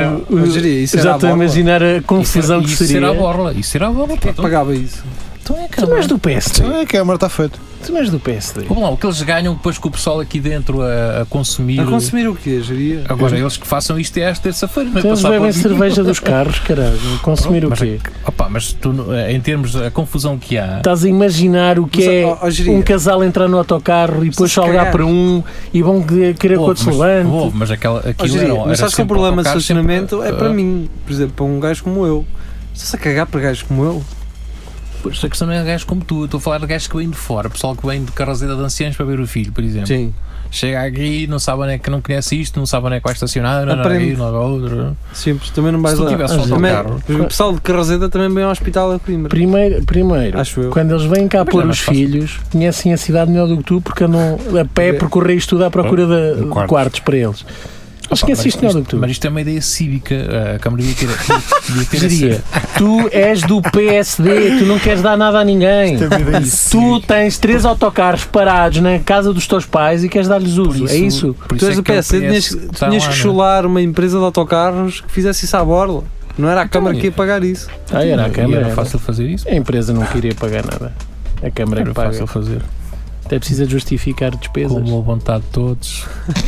a confusão que seria. Isso era a borla. Quem pagava isso? Tu não és do PSD. A Câmara está feita. Tu não és do PSD. Vamos lá, o que eles ganham depois com o pessoal aqui dentro a consumir. A consumir o quê, Geria? Agora eles que façam isto é esta terça-feira. Então eles bebem cerveja dos carros, caralho. Consumir o quê? Mas tu, em termos da confusão que há. Estás a imaginar o que um casal entrar no autocarro e depois só olhar para um e vão querer que o outro se levante. Mas aquilo mas sabes que o problema de estacionamento é para mim, por exemplo, para um gajo como eu. Estás a cagar para gajos como eu? Pois, a questão não é de gajos como tu, eu estou a falar de gajos que vêm de fora, pessoal que vem de carrozeira de anciãos para ver o filho, por exemplo. Sim. Chega aqui, não sabe onde é que não conhece isto, não sabe onde é que vai estacionar, não é outro. Simples, também não vais lá. O pessoal de carrozeira também vem ao hospital a Coimbra. Primeiro acho eu. Quando eles vêm cá pôr os filhos, conhecem a cidade melhor do que tu porque andam a pé percorrer isto tudo à procura de quartos para eles. Mas isto é uma ideia cívica. A Câmara devia ter tu és do PSD, tu não queres dar nada a ninguém. Tu tens 3 autocarros parados na casa dos teus pais e queres dar-lhes uso. É isso? Tu és do PSD, tinhas que chular uma empresa de autocarros que fizesse isso à borla. Não era a Câmara que ia pagar isso. Era a Câmara. Era fácil fazer isso? A empresa não queria pagar nada. A Câmara era fácil fazer. Até precisa justificar despesas. Com boa vontade de todos.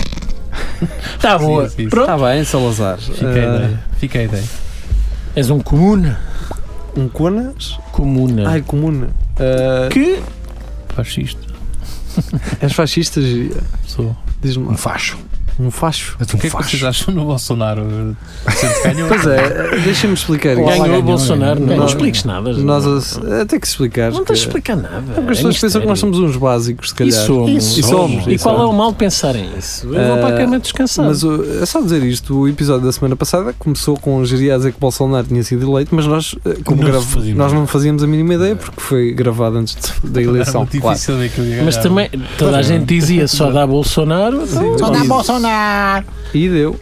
Está boa. Está bem, Salazar. Fica a ideia. És um comuna. Um conas? Comuna. Ai, comuna. Que? Fascista. És fascista, Giria? Sou. Diz-me lá. Um facho. Um facho? O que é que vocês acham no Bolsonaro? Pois é, deixa-me explicar. Ganhou o Bolsonaro, não expliques nada. Até que explicar. Não tens de explicar nada. Porque as pessoas pensam que nós somos uns básicos, se calhar. E somos. E qual é o mal de pensar em isso? Eu vou para a cama descansar. Mas é só dizer isto, o episódio da semana passada começou com o Geria a dizer que Bolsonaro tinha sido eleito, mas nós, nós não fazíamos a mínima ideia porque foi gravado antes da eleição. Claro. Mas também toda a gente dizia só dá Bolsonaro. Só dá Bolsonaro. E deu.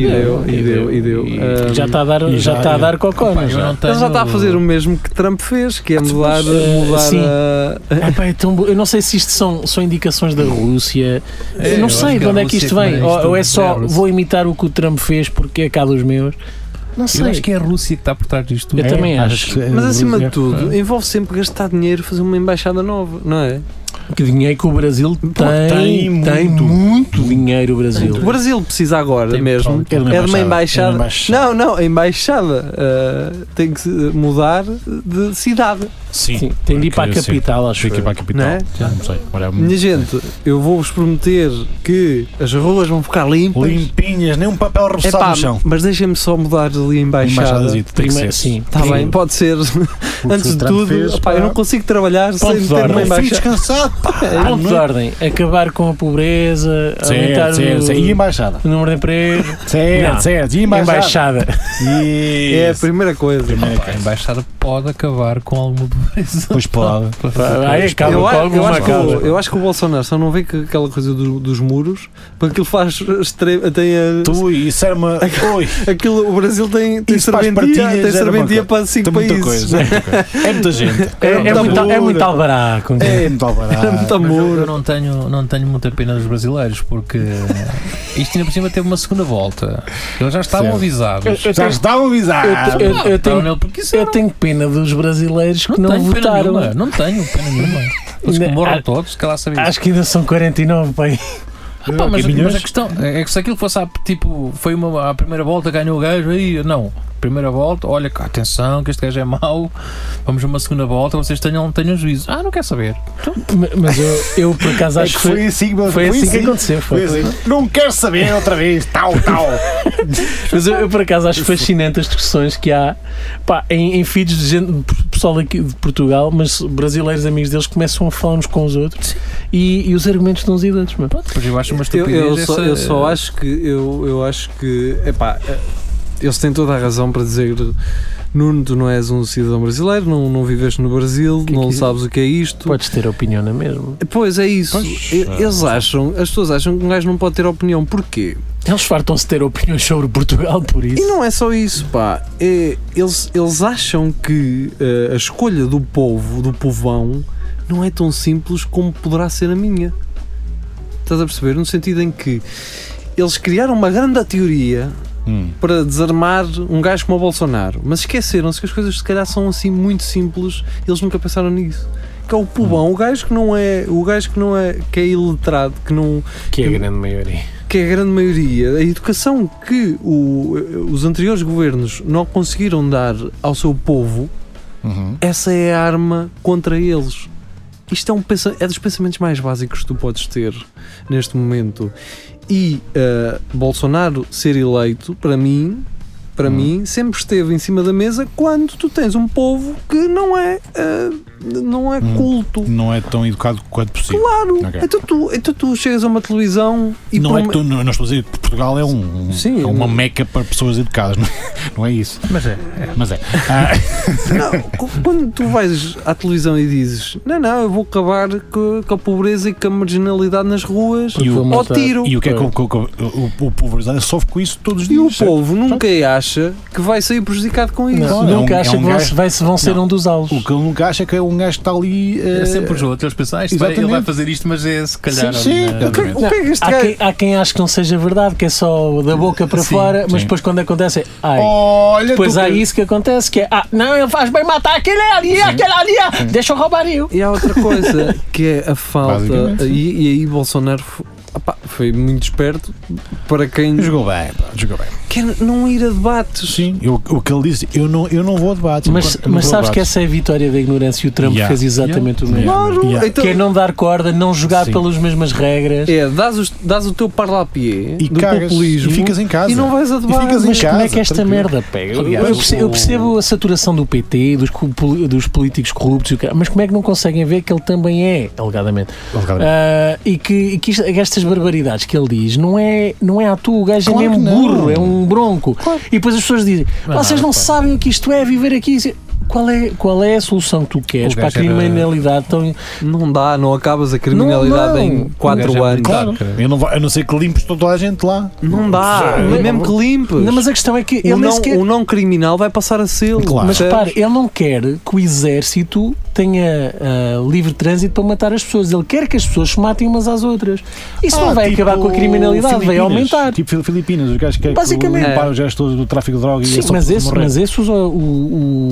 Já está a dar cocó. Ele já está a fazer o mesmo que Trump fez, que é mudar eu não sei se isto são indicações da Rússia. Eu não sei de onde é que isto vem. Ou é só vou imitar o que o Trump fez porque é cá dos meus. Não sei. Eu acho que é a Rússia que está por trás disto. Eu também acho. Mas acima de tudo, envolve sempre gastar dinheiro, fazer uma embaixada nova, não é? Que dinheiro que o Brasil tem muito dinheiro o Brasil. O Brasil precisa agora Tem mesmo É de uma embaixada. Não, a embaixada tem que mudar de cidade. Sim, Tem de ir para a capital, acho Tem que ir para a capital. Não é? Já não sei. Olha, Minha gente, eu vou-vos prometer que as ruas vão ficar limpas. limpinhas, nem um papel roçado Epá, no chão. mas deixem-me só mudar ali a embaixada. Embaixadazito, tem que ser. Sim. Está bem, pode ser. Antes de tudo, eu não consigo trabalhar sem de ter uma ordem. embaixada. descansado. Ponto de ordem, acabar com a pobreza, aumentar E embaixada? o número de emprego. Não. Certo. E embaixada? É a primeira coisa. A embaixada pode acabar com alguma pobreza. Pois pode. Acaba Eu, com eu, alguma acho que causa. eu acho que o Bolsonaro só não vê que aquela coisa dos muros, porque aquilo faz Isso era uma. Oi, aquilo, o Brasil tem Isso faz serventia, partilhas, era serventia uma para 5 tem muita países. coisa. É muita gente. É muito alvará. É muito alvará. Muita Mas muro. eu não tenho muita pena dos brasileiros, porque isto ainda por cima teve uma segunda volta. Eles já estavam Certo. avisados. Já estavam avisados. Eu tenho pena dos brasileiros que não tenho pena votaram. nenhuma. Não tenho pena nenhuma. Eles que morram todos, que lá sabia. Acho que ainda são 49, pai. Mas a questão é que se aquilo fosse foi a primeira volta, ganhou o gajo, aí não. Primeira volta, olha, atenção, que este gajo é mau, vamos a uma segunda volta, vocês tenham juízo. Não quer saber. Mas eu por acaso acho que foi assim que aconteceu. Foi assim. Não quero saber outra vez. Tal. Mas eu por acaso acho fascinante as discussões que há em feeds de gente, pessoal aqui de Portugal, mas brasileiros amigos deles começam a falar uns com os outros e os argumentos de uns e de outros. Pois eu acho uma estupidez. Eu só acho que eu acho que eles têm toda a razão para dizer: Nuno, tu não és um cidadão brasileiro, não viveste no Brasil, não sabes o que é isto. Podes ter opinião na mesma. Pois é isso. As pessoas acham que um gajo não pode ter opinião. Porquê? Eles fartam-se de ter opiniões sobre Portugal por isso. E não é só isso, pá. Eles acham que a escolha do povo, do povão, não é tão simples como poderá ser a minha. Estás a perceber? No sentido em que eles criaram uma grande teoria para desarmar um gajo como o Bolsonaro, mas esqueceram-se que as coisas se calhar são assim muito simples. Eles nunca pensaram nisso. Que é o povão, o gajo que não é que é iletrado, que é a grande maioria. Que é a grande maioria, a educação que os anteriores governos não conseguiram dar ao seu povo, essa é a arma contra eles. Isto é dos pensamentos mais básicos que tu podes ter neste momento. E Bolsonaro ser eleito, para mim, sempre esteve em cima da mesa quando tu tens um povo que não é culto. Não é tão educado quanto possível. Claro, Okay. então tu chegas a uma televisão e não estou a dizer que Portugal é uma meca para pessoas educadas, não é isso. Mas é. Não, quando tu vais à televisão e dizes não, eu vou acabar com a pobreza e com a marginalidade nas ruas ao tiro. E o que é que o povo brasileiro sofre com isso todos os E dias? o povo nunca acha que vai sair prejudicado com isso. Nunca acha que vão ser um dos alvos. O que ele nunca acha é que é um gajo que está ali. É sempre os outros. Eles pensam, ele vai fazer isto, mas é se calhar. Sim. O que é que este gajo... Há quem ache que não seja verdade, que é só da boca para fora, mas depois quando acontece depois há isso que acontece, que é não, ele faz bem matar aquele ali, deixa eu roubar eu. E há outra coisa que é a falta, e aí Bolsonaro foi muito esperto para quem jogou bem. quer não ir a debates. Sim, o que ele disse, eu não vou a debates. Mas sabes que essa é a vitória da ignorância e o Trump fez exatamente o mesmo. Claro, então, que é não dar corda, não jogar pelas mesmas regras. Dás o teu parlapié do cagas, populismo e ficas em casa. E não vais a debates. Mas como é que esta merda pega? Eu percebo a saturação do PT, dos políticos corruptos, mas como é que não conseguem ver que ele também é, alegadamente. E que estas barbaridades que ele diz não é à toa, o gajo é mesmo burro, é um bronco. Claro. E depois as pessoas dizem, vocês não sabem o que isto é, viver aqui. Qual é a solução que tu queres para a criminalidade tão... Não acabas a criminalidade em 4 anos. Claro. A não ser que limpes toda a gente lá. Não dá, mesmo que limpes. Não, mas a questão é que o não criminal vai passar a ser. Claro. Mas repare, ele não quer que o exército tenha livre trânsito para matar as pessoas. Ele quer que as pessoas se matem umas às outras. Isso não vai acabar com a criminalidade, vai aumentar. Tipo Filipinas, os gajos que basicamente limpar os gestos do tráfico de drogas. Sim, mas esses a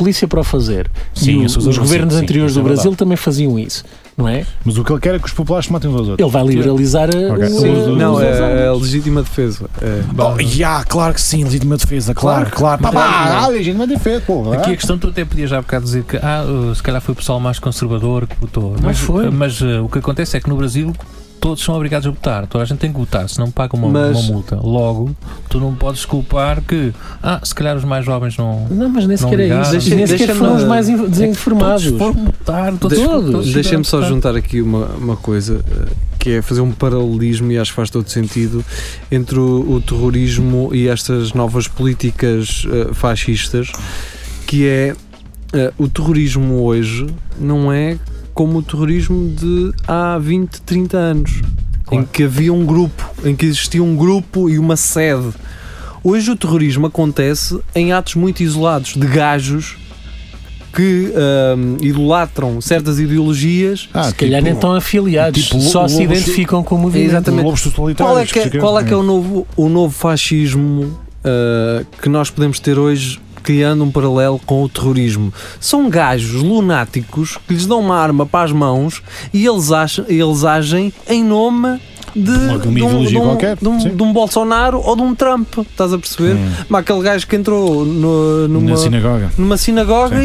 polícia para o fazer. Sim, E os governos anteriores do Brasil também faziam isso, não é? Mas o que ele quer é que os populares se matem uns aos outros. Ele vai liberalizar Não, é a legítima defesa. Claro que sim, legítima defesa, claro. Legítima defesa, pô. Aqui a questão, tu até podias já há bocado dizer que se calhar foi o pessoal mais conservador que votou. Mas o que acontece é que no Brasil todos são obrigados a votar, toda a gente tem que votar, senão paga uma multa. Logo, tu não podes culpar que se calhar os mais jovens não. Não, mas nem sequer é isso. Nem sequer foram os mais desinformados. Todos foram votar, todos. Deixem-me só juntar aqui uma coisa, que é fazer um paralelismo, e acho que faz todo sentido, entre o terrorismo e estas novas políticas fascistas, que é o terrorismo hoje não é como o terrorismo de há 20, 30 anos, em que havia um grupo, em que existia um grupo e uma sede. Hoje o terrorismo acontece em atos muito isolados, de gajos que idolatram certas ideologias. Se calhar nem estão afiliados, só se identificam com o movimento. Exatamente. Qual é que é o novo fascismo que nós podemos ter hoje, criando um paralelo com o terrorismo? São gajos lunáticos que lhes dão uma arma para as mãos e eles agem em nome de um Bolsonaro ou de um Trump, estás a perceber? Mas aquele gajo que entrou numa sinagoga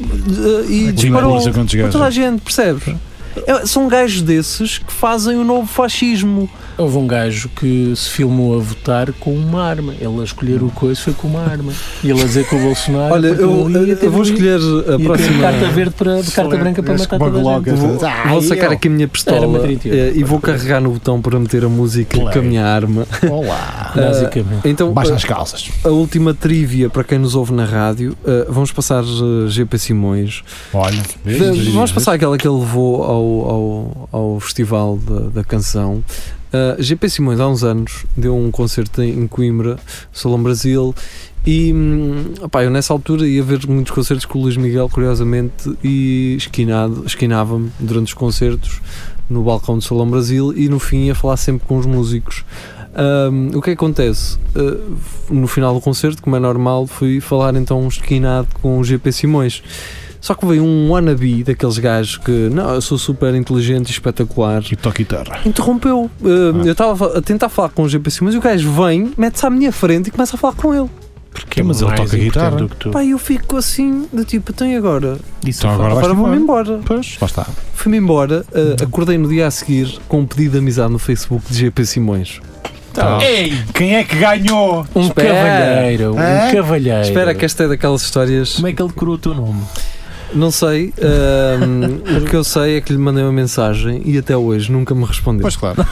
e disparou para toda a gente, percebes? São gajos desses que fazem o novo fascismo. Houve um gajo que se filmou a votar com uma arma. Ele a escolher o coisa foi com uma arma. E ele a dizer que o Bolsonaro. Olha, eu vou escolher a próxima. Carta verde carta branca para matar toda a gente. Vou sacar aqui a minha pistola e vou carregar no botão para meter a música com a minha arma. Olá! Basicamente. Então, baixa as calças. A última trivia para quem nos ouve na rádio. Vamos passar GP Simões. Olha, vamos passar aquela que ele levou ao Festival da Canção. GP Simões há uns anos deu um concerto em Coimbra, Salão Brasil, e eu nessa altura ia ver muitos concertos com o Luís Miguel, curiosamente, e esquinava-me durante os concertos no balcão do Salão Brasil, e no fim ia falar sempre com os músicos. O que acontece? No final do concerto, como é normal, fui falar então esquinado com o GP Simões. Só que veio um wannabe daqueles gajos que, eu sou super inteligente e espetacular. E toco guitarra. Interrompeu. Eu estava a tentar falar com o GP Simões e o gajo vem, mete-se à minha frente e começa a falar com ele. Porque mas ele toca guitarra. Eu fico assim, de tipo, então agora? Então agora vou-me embora. Pois, lá está. Fui-me embora, acordei no dia a seguir com um pedido de amizade no Facebook de GP Simões. Ei, quem é que ganhou? Um cavalheiro. Espera, que esta é daquelas histórias. Como é que ele decorou o teu nome? Não sei, o que eu sei é que lhe mandei uma mensagem e até hoje nunca me respondeu. Pois claro.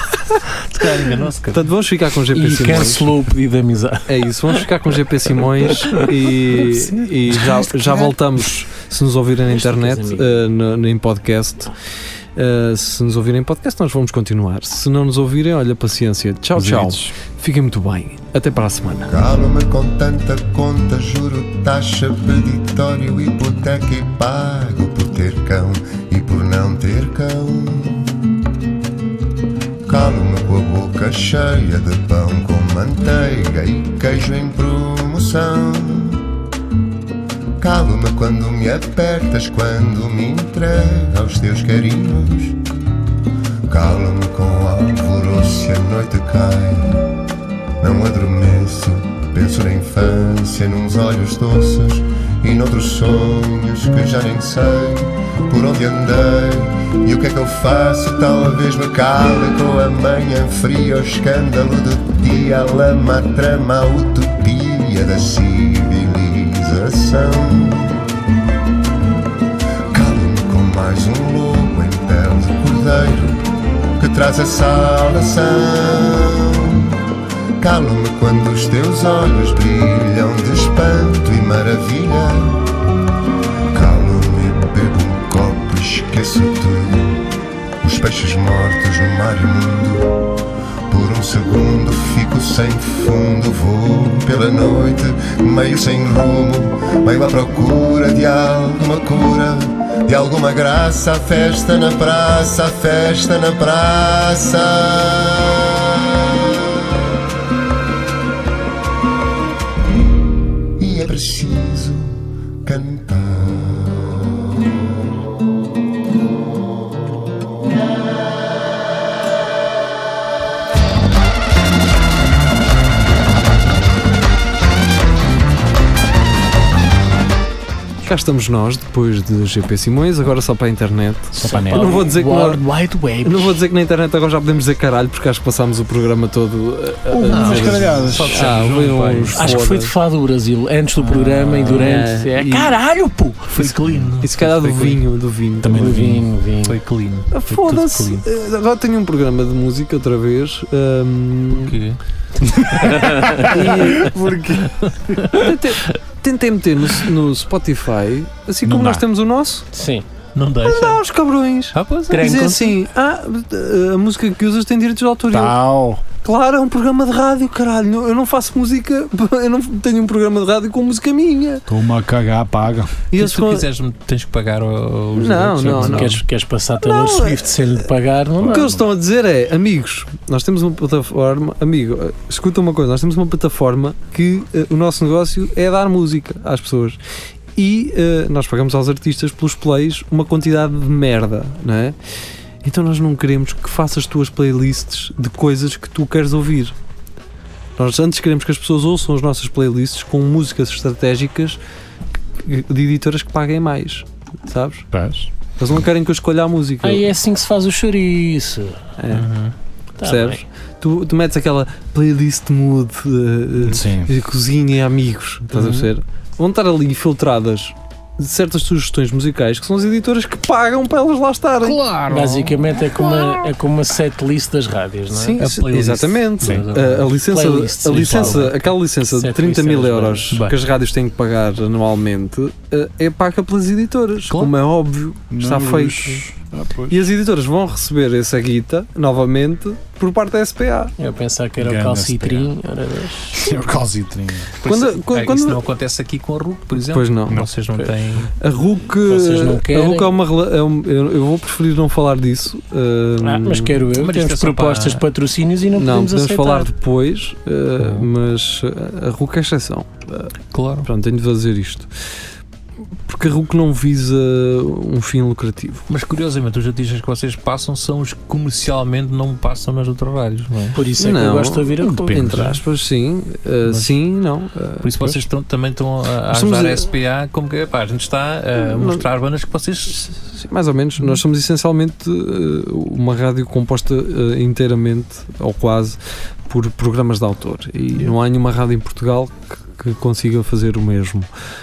Portanto, vamos ficar com o GP Simões. E cancelou o pedido de amizade. É isso, vamos ficar com o GP Simões e já voltamos, se nos ouvirem na internet, em podcast. Se nos ouvirem em podcast, nós vamos continuar. Se não nos ouvirem, olha, paciência. Tchau, tchau. Fiquem muito bem. Até para a semana. Calo-me com tanta conta, juro, taxa, peditório, hipoteca e pago por ter cão e por não ter cão. Calo-me com a boca cheia de pão com manteiga e queijo em promoção. Calo-me quando me apertas, quando me entrega aos teus carinhos. Calo-me com alvoroço se a noite cai. Não adormeço, penso na infância, nos olhos doces e noutros sonhos que já nem sei por onde andei e o que é que eu faço. Talvez me cale com a manhã fria, o escândalo do dia, a lama, a trama, a utopia da civilização. Calo-me com mais um lobo em pele de cordeiro que traz a saudação. Calo-me quando os teus olhos brilham de espanto e maravilha. Calo-me, bebo um copo e esqueço tudo. Os peixes mortos no mar imundo. Por um segundo fico sem fundo. Vou pela noite, meio sem rumo, meio à procura de alguma cura, de alguma graça. A festa na praça, a festa na praça. Preciso caminhar. cá estamos nós, depois de GP Simões, agora só para a internet. Só para a net. Eu não vou dizer que World Wide Web. não vou dizer que na internet agora já podemos dizer caralho, porque acho que passámos o programa todo Umas caralhadas. Acho que foi de falar do Brasil, antes do programa e durante. e- Caralho, pô! Foi clean. E se calhar do vinho. Também Do do vinho. vinho. Foi clean. Foda-se. Agora tenho um programa de música outra vez. Que? Porque tentei meter no Spotify, assim Não como dá. nós temos o nosso. Sim. Não deixa. Dá os cabrões. Pois é. Querem Dizer conta? assim, a música que usas tem direitos de autor. E eu, Tal. claro, é um programa de rádio, caralho. Eu não faço música, eu não tenho um programa de rádio com música minha. Estou-me a cagar, paga. E Se eles tu quiseres, tens que pagar os Não, direitos. não. Queres passar Taylor Não, Swift sem lhe pagar? Não O que dá. eles estão a dizer é, amigos, nós temos uma plataforma, amigo, escuta uma coisa, nós temos uma plataforma que o nosso negócio é dar música às pessoas. E nós pagamos aos artistas pelos plays uma quantidade de merda, não é? Então nós não queremos que faças tuas playlists de coisas que tu queres ouvir. Nós antes queremos que as pessoas ouçam as nossas playlists com músicas estratégicas de editoras que paguem mais, sabes? Pás. Eles não querem que eu escolha a música. Aí é assim que se faz o chouriço. É. Uhum. Tá Percebes? bem. Tu metes aquela playlist mood Sim. de cozinha e amigos, estás a perceber? Vão estar ali filtradas certas sugestões musicais que são as editoras que pagam para elas lá estarem. Claro. Basicamente é como uma setlist das rádios, não é? Sim, A playlist. exatamente. Sim. A licença, Playlist, a licença, sim, aquela licença de Set 30 mil licenças, euros bem. que as rádios têm que pagar anualmente é paga pelas editoras, Claro. como é óbvio, está feito. E as editoras vão receber essa guita novamente por parte da SPA. Eu pensava que era o Grande calcitrim. Ora, deixa. Senhor Calcitrinho. Isso não acontece aqui com a RUC, por exemplo. Pois não. Vocês não têm. A RUC, Vocês não querem? a RUC é uma eu vou preferir não falar disso. Mas quero eu. Mas Temos isto é só propostas de patrocínios e não não, podemos podemos aceitar. falar depois, mas a RUC é exceção. Claro. Pronto, tenho de fazer isto. Porque a RUC não visa um fim lucrativo. Mas curiosamente, os artistas que vocês passam são os que comercialmente não passam nas outras rádios, não é? Por isso é que eu Não, gosto de ouvir a RUC. Entre aspas, sim. Mas- Sim, não. Por isso vocês também estão a Somos ajudar a- a SPA como que pá, a gente está a Não- mostrar bandas que vocês. Sim, mais ou menos. Nós somos essencialmente uma rádio composta inteiramente, ou quase, por programas de autor. E não há nenhuma rádio em Portugal que consiga fazer o mesmo.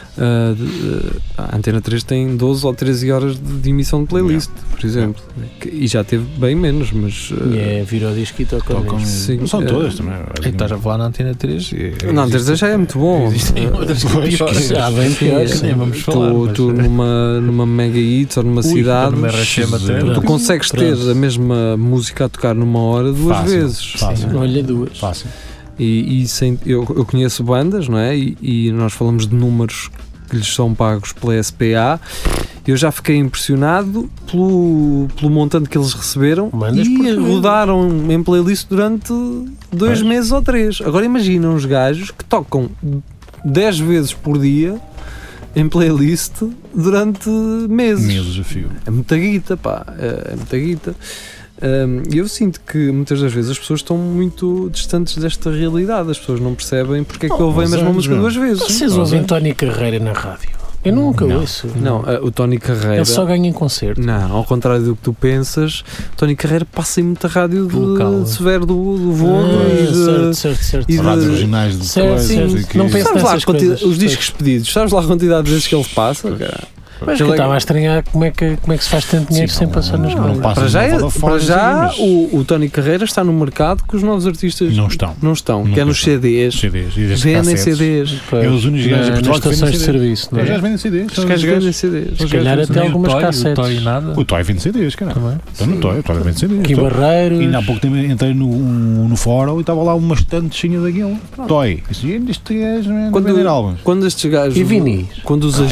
A Antena 3 tem 12 ou 13 horas de emissão de playlist, por exemplo. E já teve bem menos, mas. E é virou disco e toca Tocam- nisso. Sim, Não são todas também. E estás a falar na Antena 3? Não, 3 já é muito bom. Existem outras Pois, piores. Já bem pior. que nem vamos falar. Tu numa mega hits ou numa cidade, numa Rachema até. tu consegues ter a mesma música a tocar numa hora duas Fácil. vezes. Fácil. Olha, duas. Fácil. E eu conheço bandas, não é? E nós falamos de números que lhes são pagos pela SPA. Eu já fiquei impressionado pelo montante que eles receberam Mandas e por tudo. rodaram em playlist durante 2 meses ou 3. Agora imagina uns gajos que tocam 10 vezes por dia em playlist durante meses. Meu desafio. É muita guita, pá. É muita guita. E eu sinto que muitas das vezes as pessoas estão muito distantes desta realidade. As pessoas não percebem porque é que ouvem a mesma anos, música não. 2 vezes. Vocês ouvem Tony Carreira na rádio? Eu nunca Não. ouço. Não, o Tony Carreira. Ele só ganha em concerto. Não, ao contrário do que tu pensas, Tony Carreira passa em muita rádio Local. de Severo do Vogo e de. certo. e de- Rádios originais de Certo, coisas. sim. e que- Não penso Sabes lá nessas coisas. os discos pedidos, sabes lá a quantidade de vezes que ele passa? Cara? Mas que eu estava a estranhar como é que se faz tanto dinheiro Sim, sem não- passar nas não rádios. passa Para já, na Vodafone, para já sim, mas o Tony Carreira está no mercado que os novos artistas não estão. não estão, que Nunca é nos estão. CDs. CDs. E desde Vendem cassetes. CDs. É os únicos gajos em Nas Portugal que vendem estações de CDs. serviço, não Os gajos é? vendem CDs. Os gajos vendem CDs. Se calhar até Nem algumas o Toy, cassetes. O Toy nada. O Toy vende CDs, cara. Também. Então no Toy, o Toy vende CDs. Aqui Barreiros. E há pouco tempo entrei no fórum e estava lá uma estantezinha daquilo. Toy. Isto é vender álbuns. Quando estes gajos. E vinis. Quando os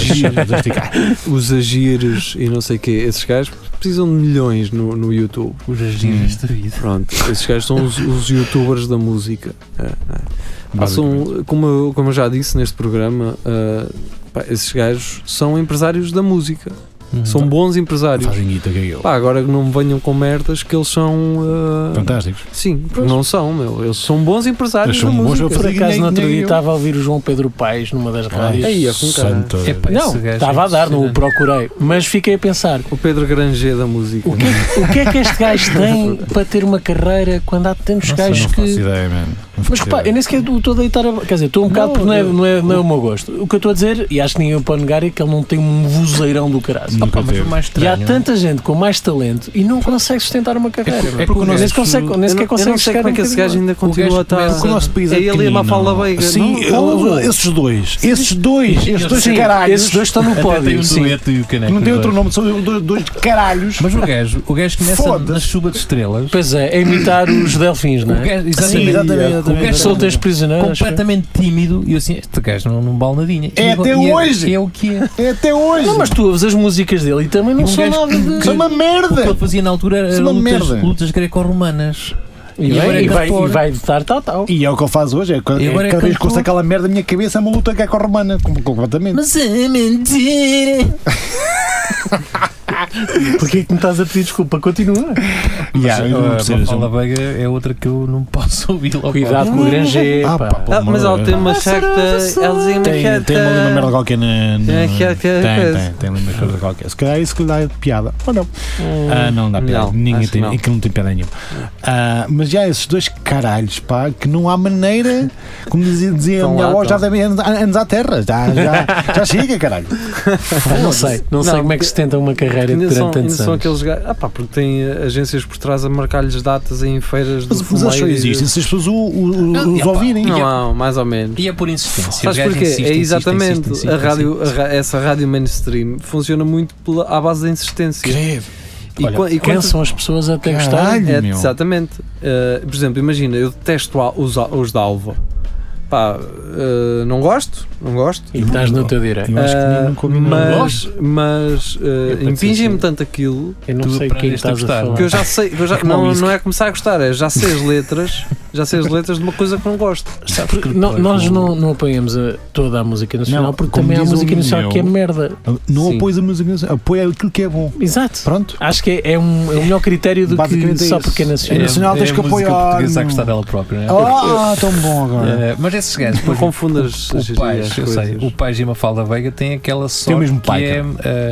os agires e não sei o quê, esses gajos precisam de milhões no YouTube. Os agires da vida. Pronto, esses gajos são os youtubers da música. Passam, como eu já disse neste programa, esses gajos são empresários da música. São bons empresários. Fazem guita, que é eu. Pá, agora não me venham com merdas que eles são... Fantásticos. Sim, porque não são, meu. Eles são bons empresários Eles são da bons música. Por acaso, no outro dia eu. estava a ouvir o João Pedro Paes numa das rádios. Aí, é com cara. Santo. Não, estava a dar, não o procurei. Mas fiquei a pensar, O Pedro Granger da música. o que é que este gajo tem para ter uma carreira quando há tantos gajos Não faço que... ideia, mano. Mas pá, eu nem sequer estou a deitar a... Quer dizer, estou um bocado porque não é o meu gosto. O que eu estou a dizer, e acho que ninguém pode negar, é que ele não tem um vozeirão do caralho. Nunca Mas o teve. mais E há estranho... tanta gente com mais talento e não consegue sustentar uma carreira. É porque nem sequer consegue Eu não sei chegar como é que esse gajo ainda continua a estar. Porque o nosso país É ele e a pequenino. Mafalda Veiga. Sim, Não, esses dois Sim, caralhos. esses dois estão no Até tem pódio. um Sim. dueto e o caneco. Não tem os outro dois. nome, são dois caralhos. Mas o gajo começa Foda-se. na chuva de estrelas. Pois é imitar os delfins, não O é? gajo, Sim, exatamente. O gajo Solteiros prisioneiros. completamente tímido e eu assim, este gajo não vale nadinha. É até hoje. É o que é. É até hoje. Não, mas tu ouves as músicas dele e também não Um são gajo nada de... São uma O que merda. ele fazia na altura Isso é era uma merda. lutas greco-romanas. E agora é cantor. vai editar tal. E é o que ele faz hoje. agora é Cada vez que cantor. ouço aquela merda, a minha cabeça é uma luta greco-romana. Completamente. Mas é mentira. Porquê é que me estás a pedir desculpa? Continua. A Mafalda Veiga é outra que eu não posso ouvir logo. Cuidado com o Granger. Ah, pá. pá, pelo amor mas de ela Deus. tem uma certa. Ela dizia uma Tem certa. ali uma merda qualquer na. Tem ali uma coisa qualquer. Se calhar isso que lhe dá piada. Ou não? Não dá piada. Não, Ninguém acho tem. que não. E que não tem piada nenhuma. Mas já esses dois caralhos, pá, que não há maneira, como dizia a Estão minha lá, avó, já estão. devem anos à terra. Já chega, caralho. Não sei Não, como é que se tenta uma carreira Ainda durante tantos são anos. aqueles gajos. Ah, pá, porque tem agências por trás a marcar-lhes datas em feiras do Mas eles só existem se as pessoas os ouvirem. Não, mais ou menos. E é por insistência. Sabes O gajo porquê? insiste, É insiste, exatamente. insiste, A insiste, rádio, insiste. essa rádio mainstream funciona muito à base da insistência. Credo. E Olha, quando- cansam as pessoas até gostarem. Caralho. meu. exatamente. Por exemplo, imagina, eu detesto os da Alva. Pá, não gosto. E estás no teu direito. Eu acho que nunca ouvi nada. Mas impingem-me tanto aquilo Eu não Tu sei quem aprendeste a estás a gostar. falar. que eu já sei. Não é começar a gostar, é já sei as letras. Já sei as letras de uma coisa que não gosto. Porque nós não apoiamos toda a música nacional, Não, porque como também há diz música o nacional meu- que é merda. Não Sim. apoias a música, apoia aquilo que é bom. Exato. Pronto. Acho que é o melhor critério do que Basicamente é só isso. porque é nacional. nacional tens a que música apoiar, portuguesa a não. gostar dela própria, não é? Tão bom agora. Mas esses gajos, Não depois, confundas as o Paes, eu sei, coisas. o Paes e a Mafalda Veiga têm aquela sorte o mesmo pai, que é,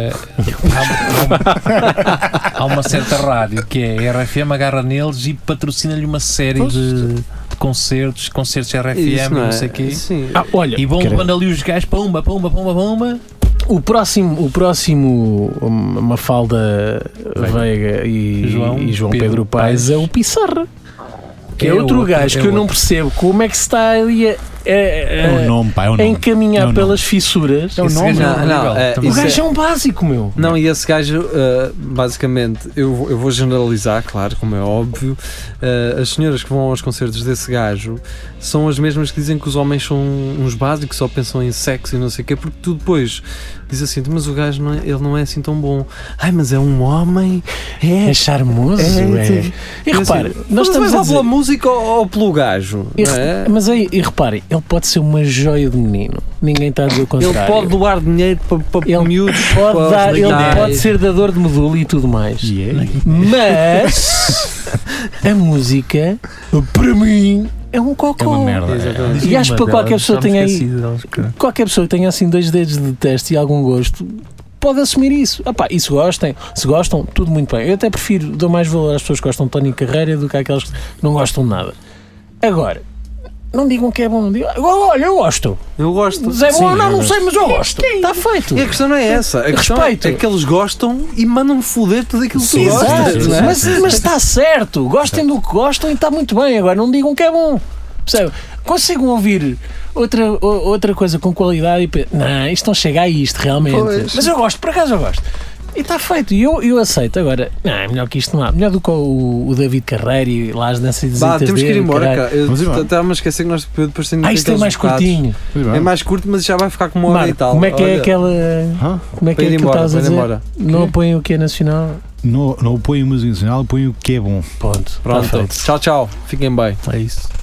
há uma certa rádio que é a RFM, agarra neles e patrocina-lhe uma série de concertos RFM, Isso, não, é? sei o quê. Sim. Olha, E vão Credo. levando ali os gajos, pumba. o próximo Mafalda Veiga e João Pedro Paes é o Pissarra. Que é outro gajo que eu não percebo como é que se está ali É o nome, pá, é o a nome. encaminhar É o nome. pelas fissuras. É o Esse nome. gajo é Não, horrível. não, Também. O isso gajo é um básico, meu. Não, e esse gajo, basicamente, eu vou generalizar, claro, como é óbvio. As senhoras que vão aos concertos desse gajo são as mesmas que dizem que os homens são uns básicos, só pensam em sexo e não sei o quê, porque tu depois diz assim, mas o gajo ele não é assim tão bom. Ai, mas é um homem, É charmoso, é. E repare, nós estamos a lá dizer... pela música ou pelo gajo, E não é? Mas aí, e reparem, ele pode ser uma joia de menino. Ninguém está a dizer o Ele contrário. pode doar dinheiro para Ele miúdos, pode para dar, ele hospitais. pode ser dador de medula e tudo mais. Mas a música, para mim, é um cocó. É uma merda. Exatamente. E acho que para qualquer pessoa Já me tenha aí, esqueci delas, cara. qualquer pessoa que tenha assim 2 dedos de teste e algum gosto, pode assumir isso. E se gostam, tudo muito bem. Eu até prefiro, dou mais valor às pessoas que gostam de Tony Carreira do que àquelas que não gostam de nada. Agora, não digam que é bom, digam, olha, eu gosto. Eu gosto. Mas é bom, Sim, não eu sei, mas eu gosto. Está feito. E a questão não é essa. A questão Respeito. é que eles gostam e mandam foder tudo aquilo que tu Exato. gostas. não é? Mas está certo. Gostem do que gostam e está muito bem. Agora não digam que é bom. Percebe? Consigam ouvir outra coisa com qualidade e pensam, não, isto não chega a isto realmente. Pois. Mas eu gosto, por acaso eu gosto. E está feito. E eu aceito. Agora, não, é melhor que isto não há. Melhor do que o David Carreira e lá as danças Vá, temos que ir embora, cara. Vamos embora. Estava-me a esquecer que nós depois temos isto é aqueles mais bocados. curtinho. É mais curto, mas já vai ficar com uma hora e Marco, tal. como é que é Olha, aquela. Como é que para é ir aquilo que embora, estás a para ir dizer? embora. Não apoiem o que é nacional. Não apoio música nacional, apoio o que é bom. Ponto. Tá Pronto. feito. Tchau, tchau. Fiquem bem. É isso.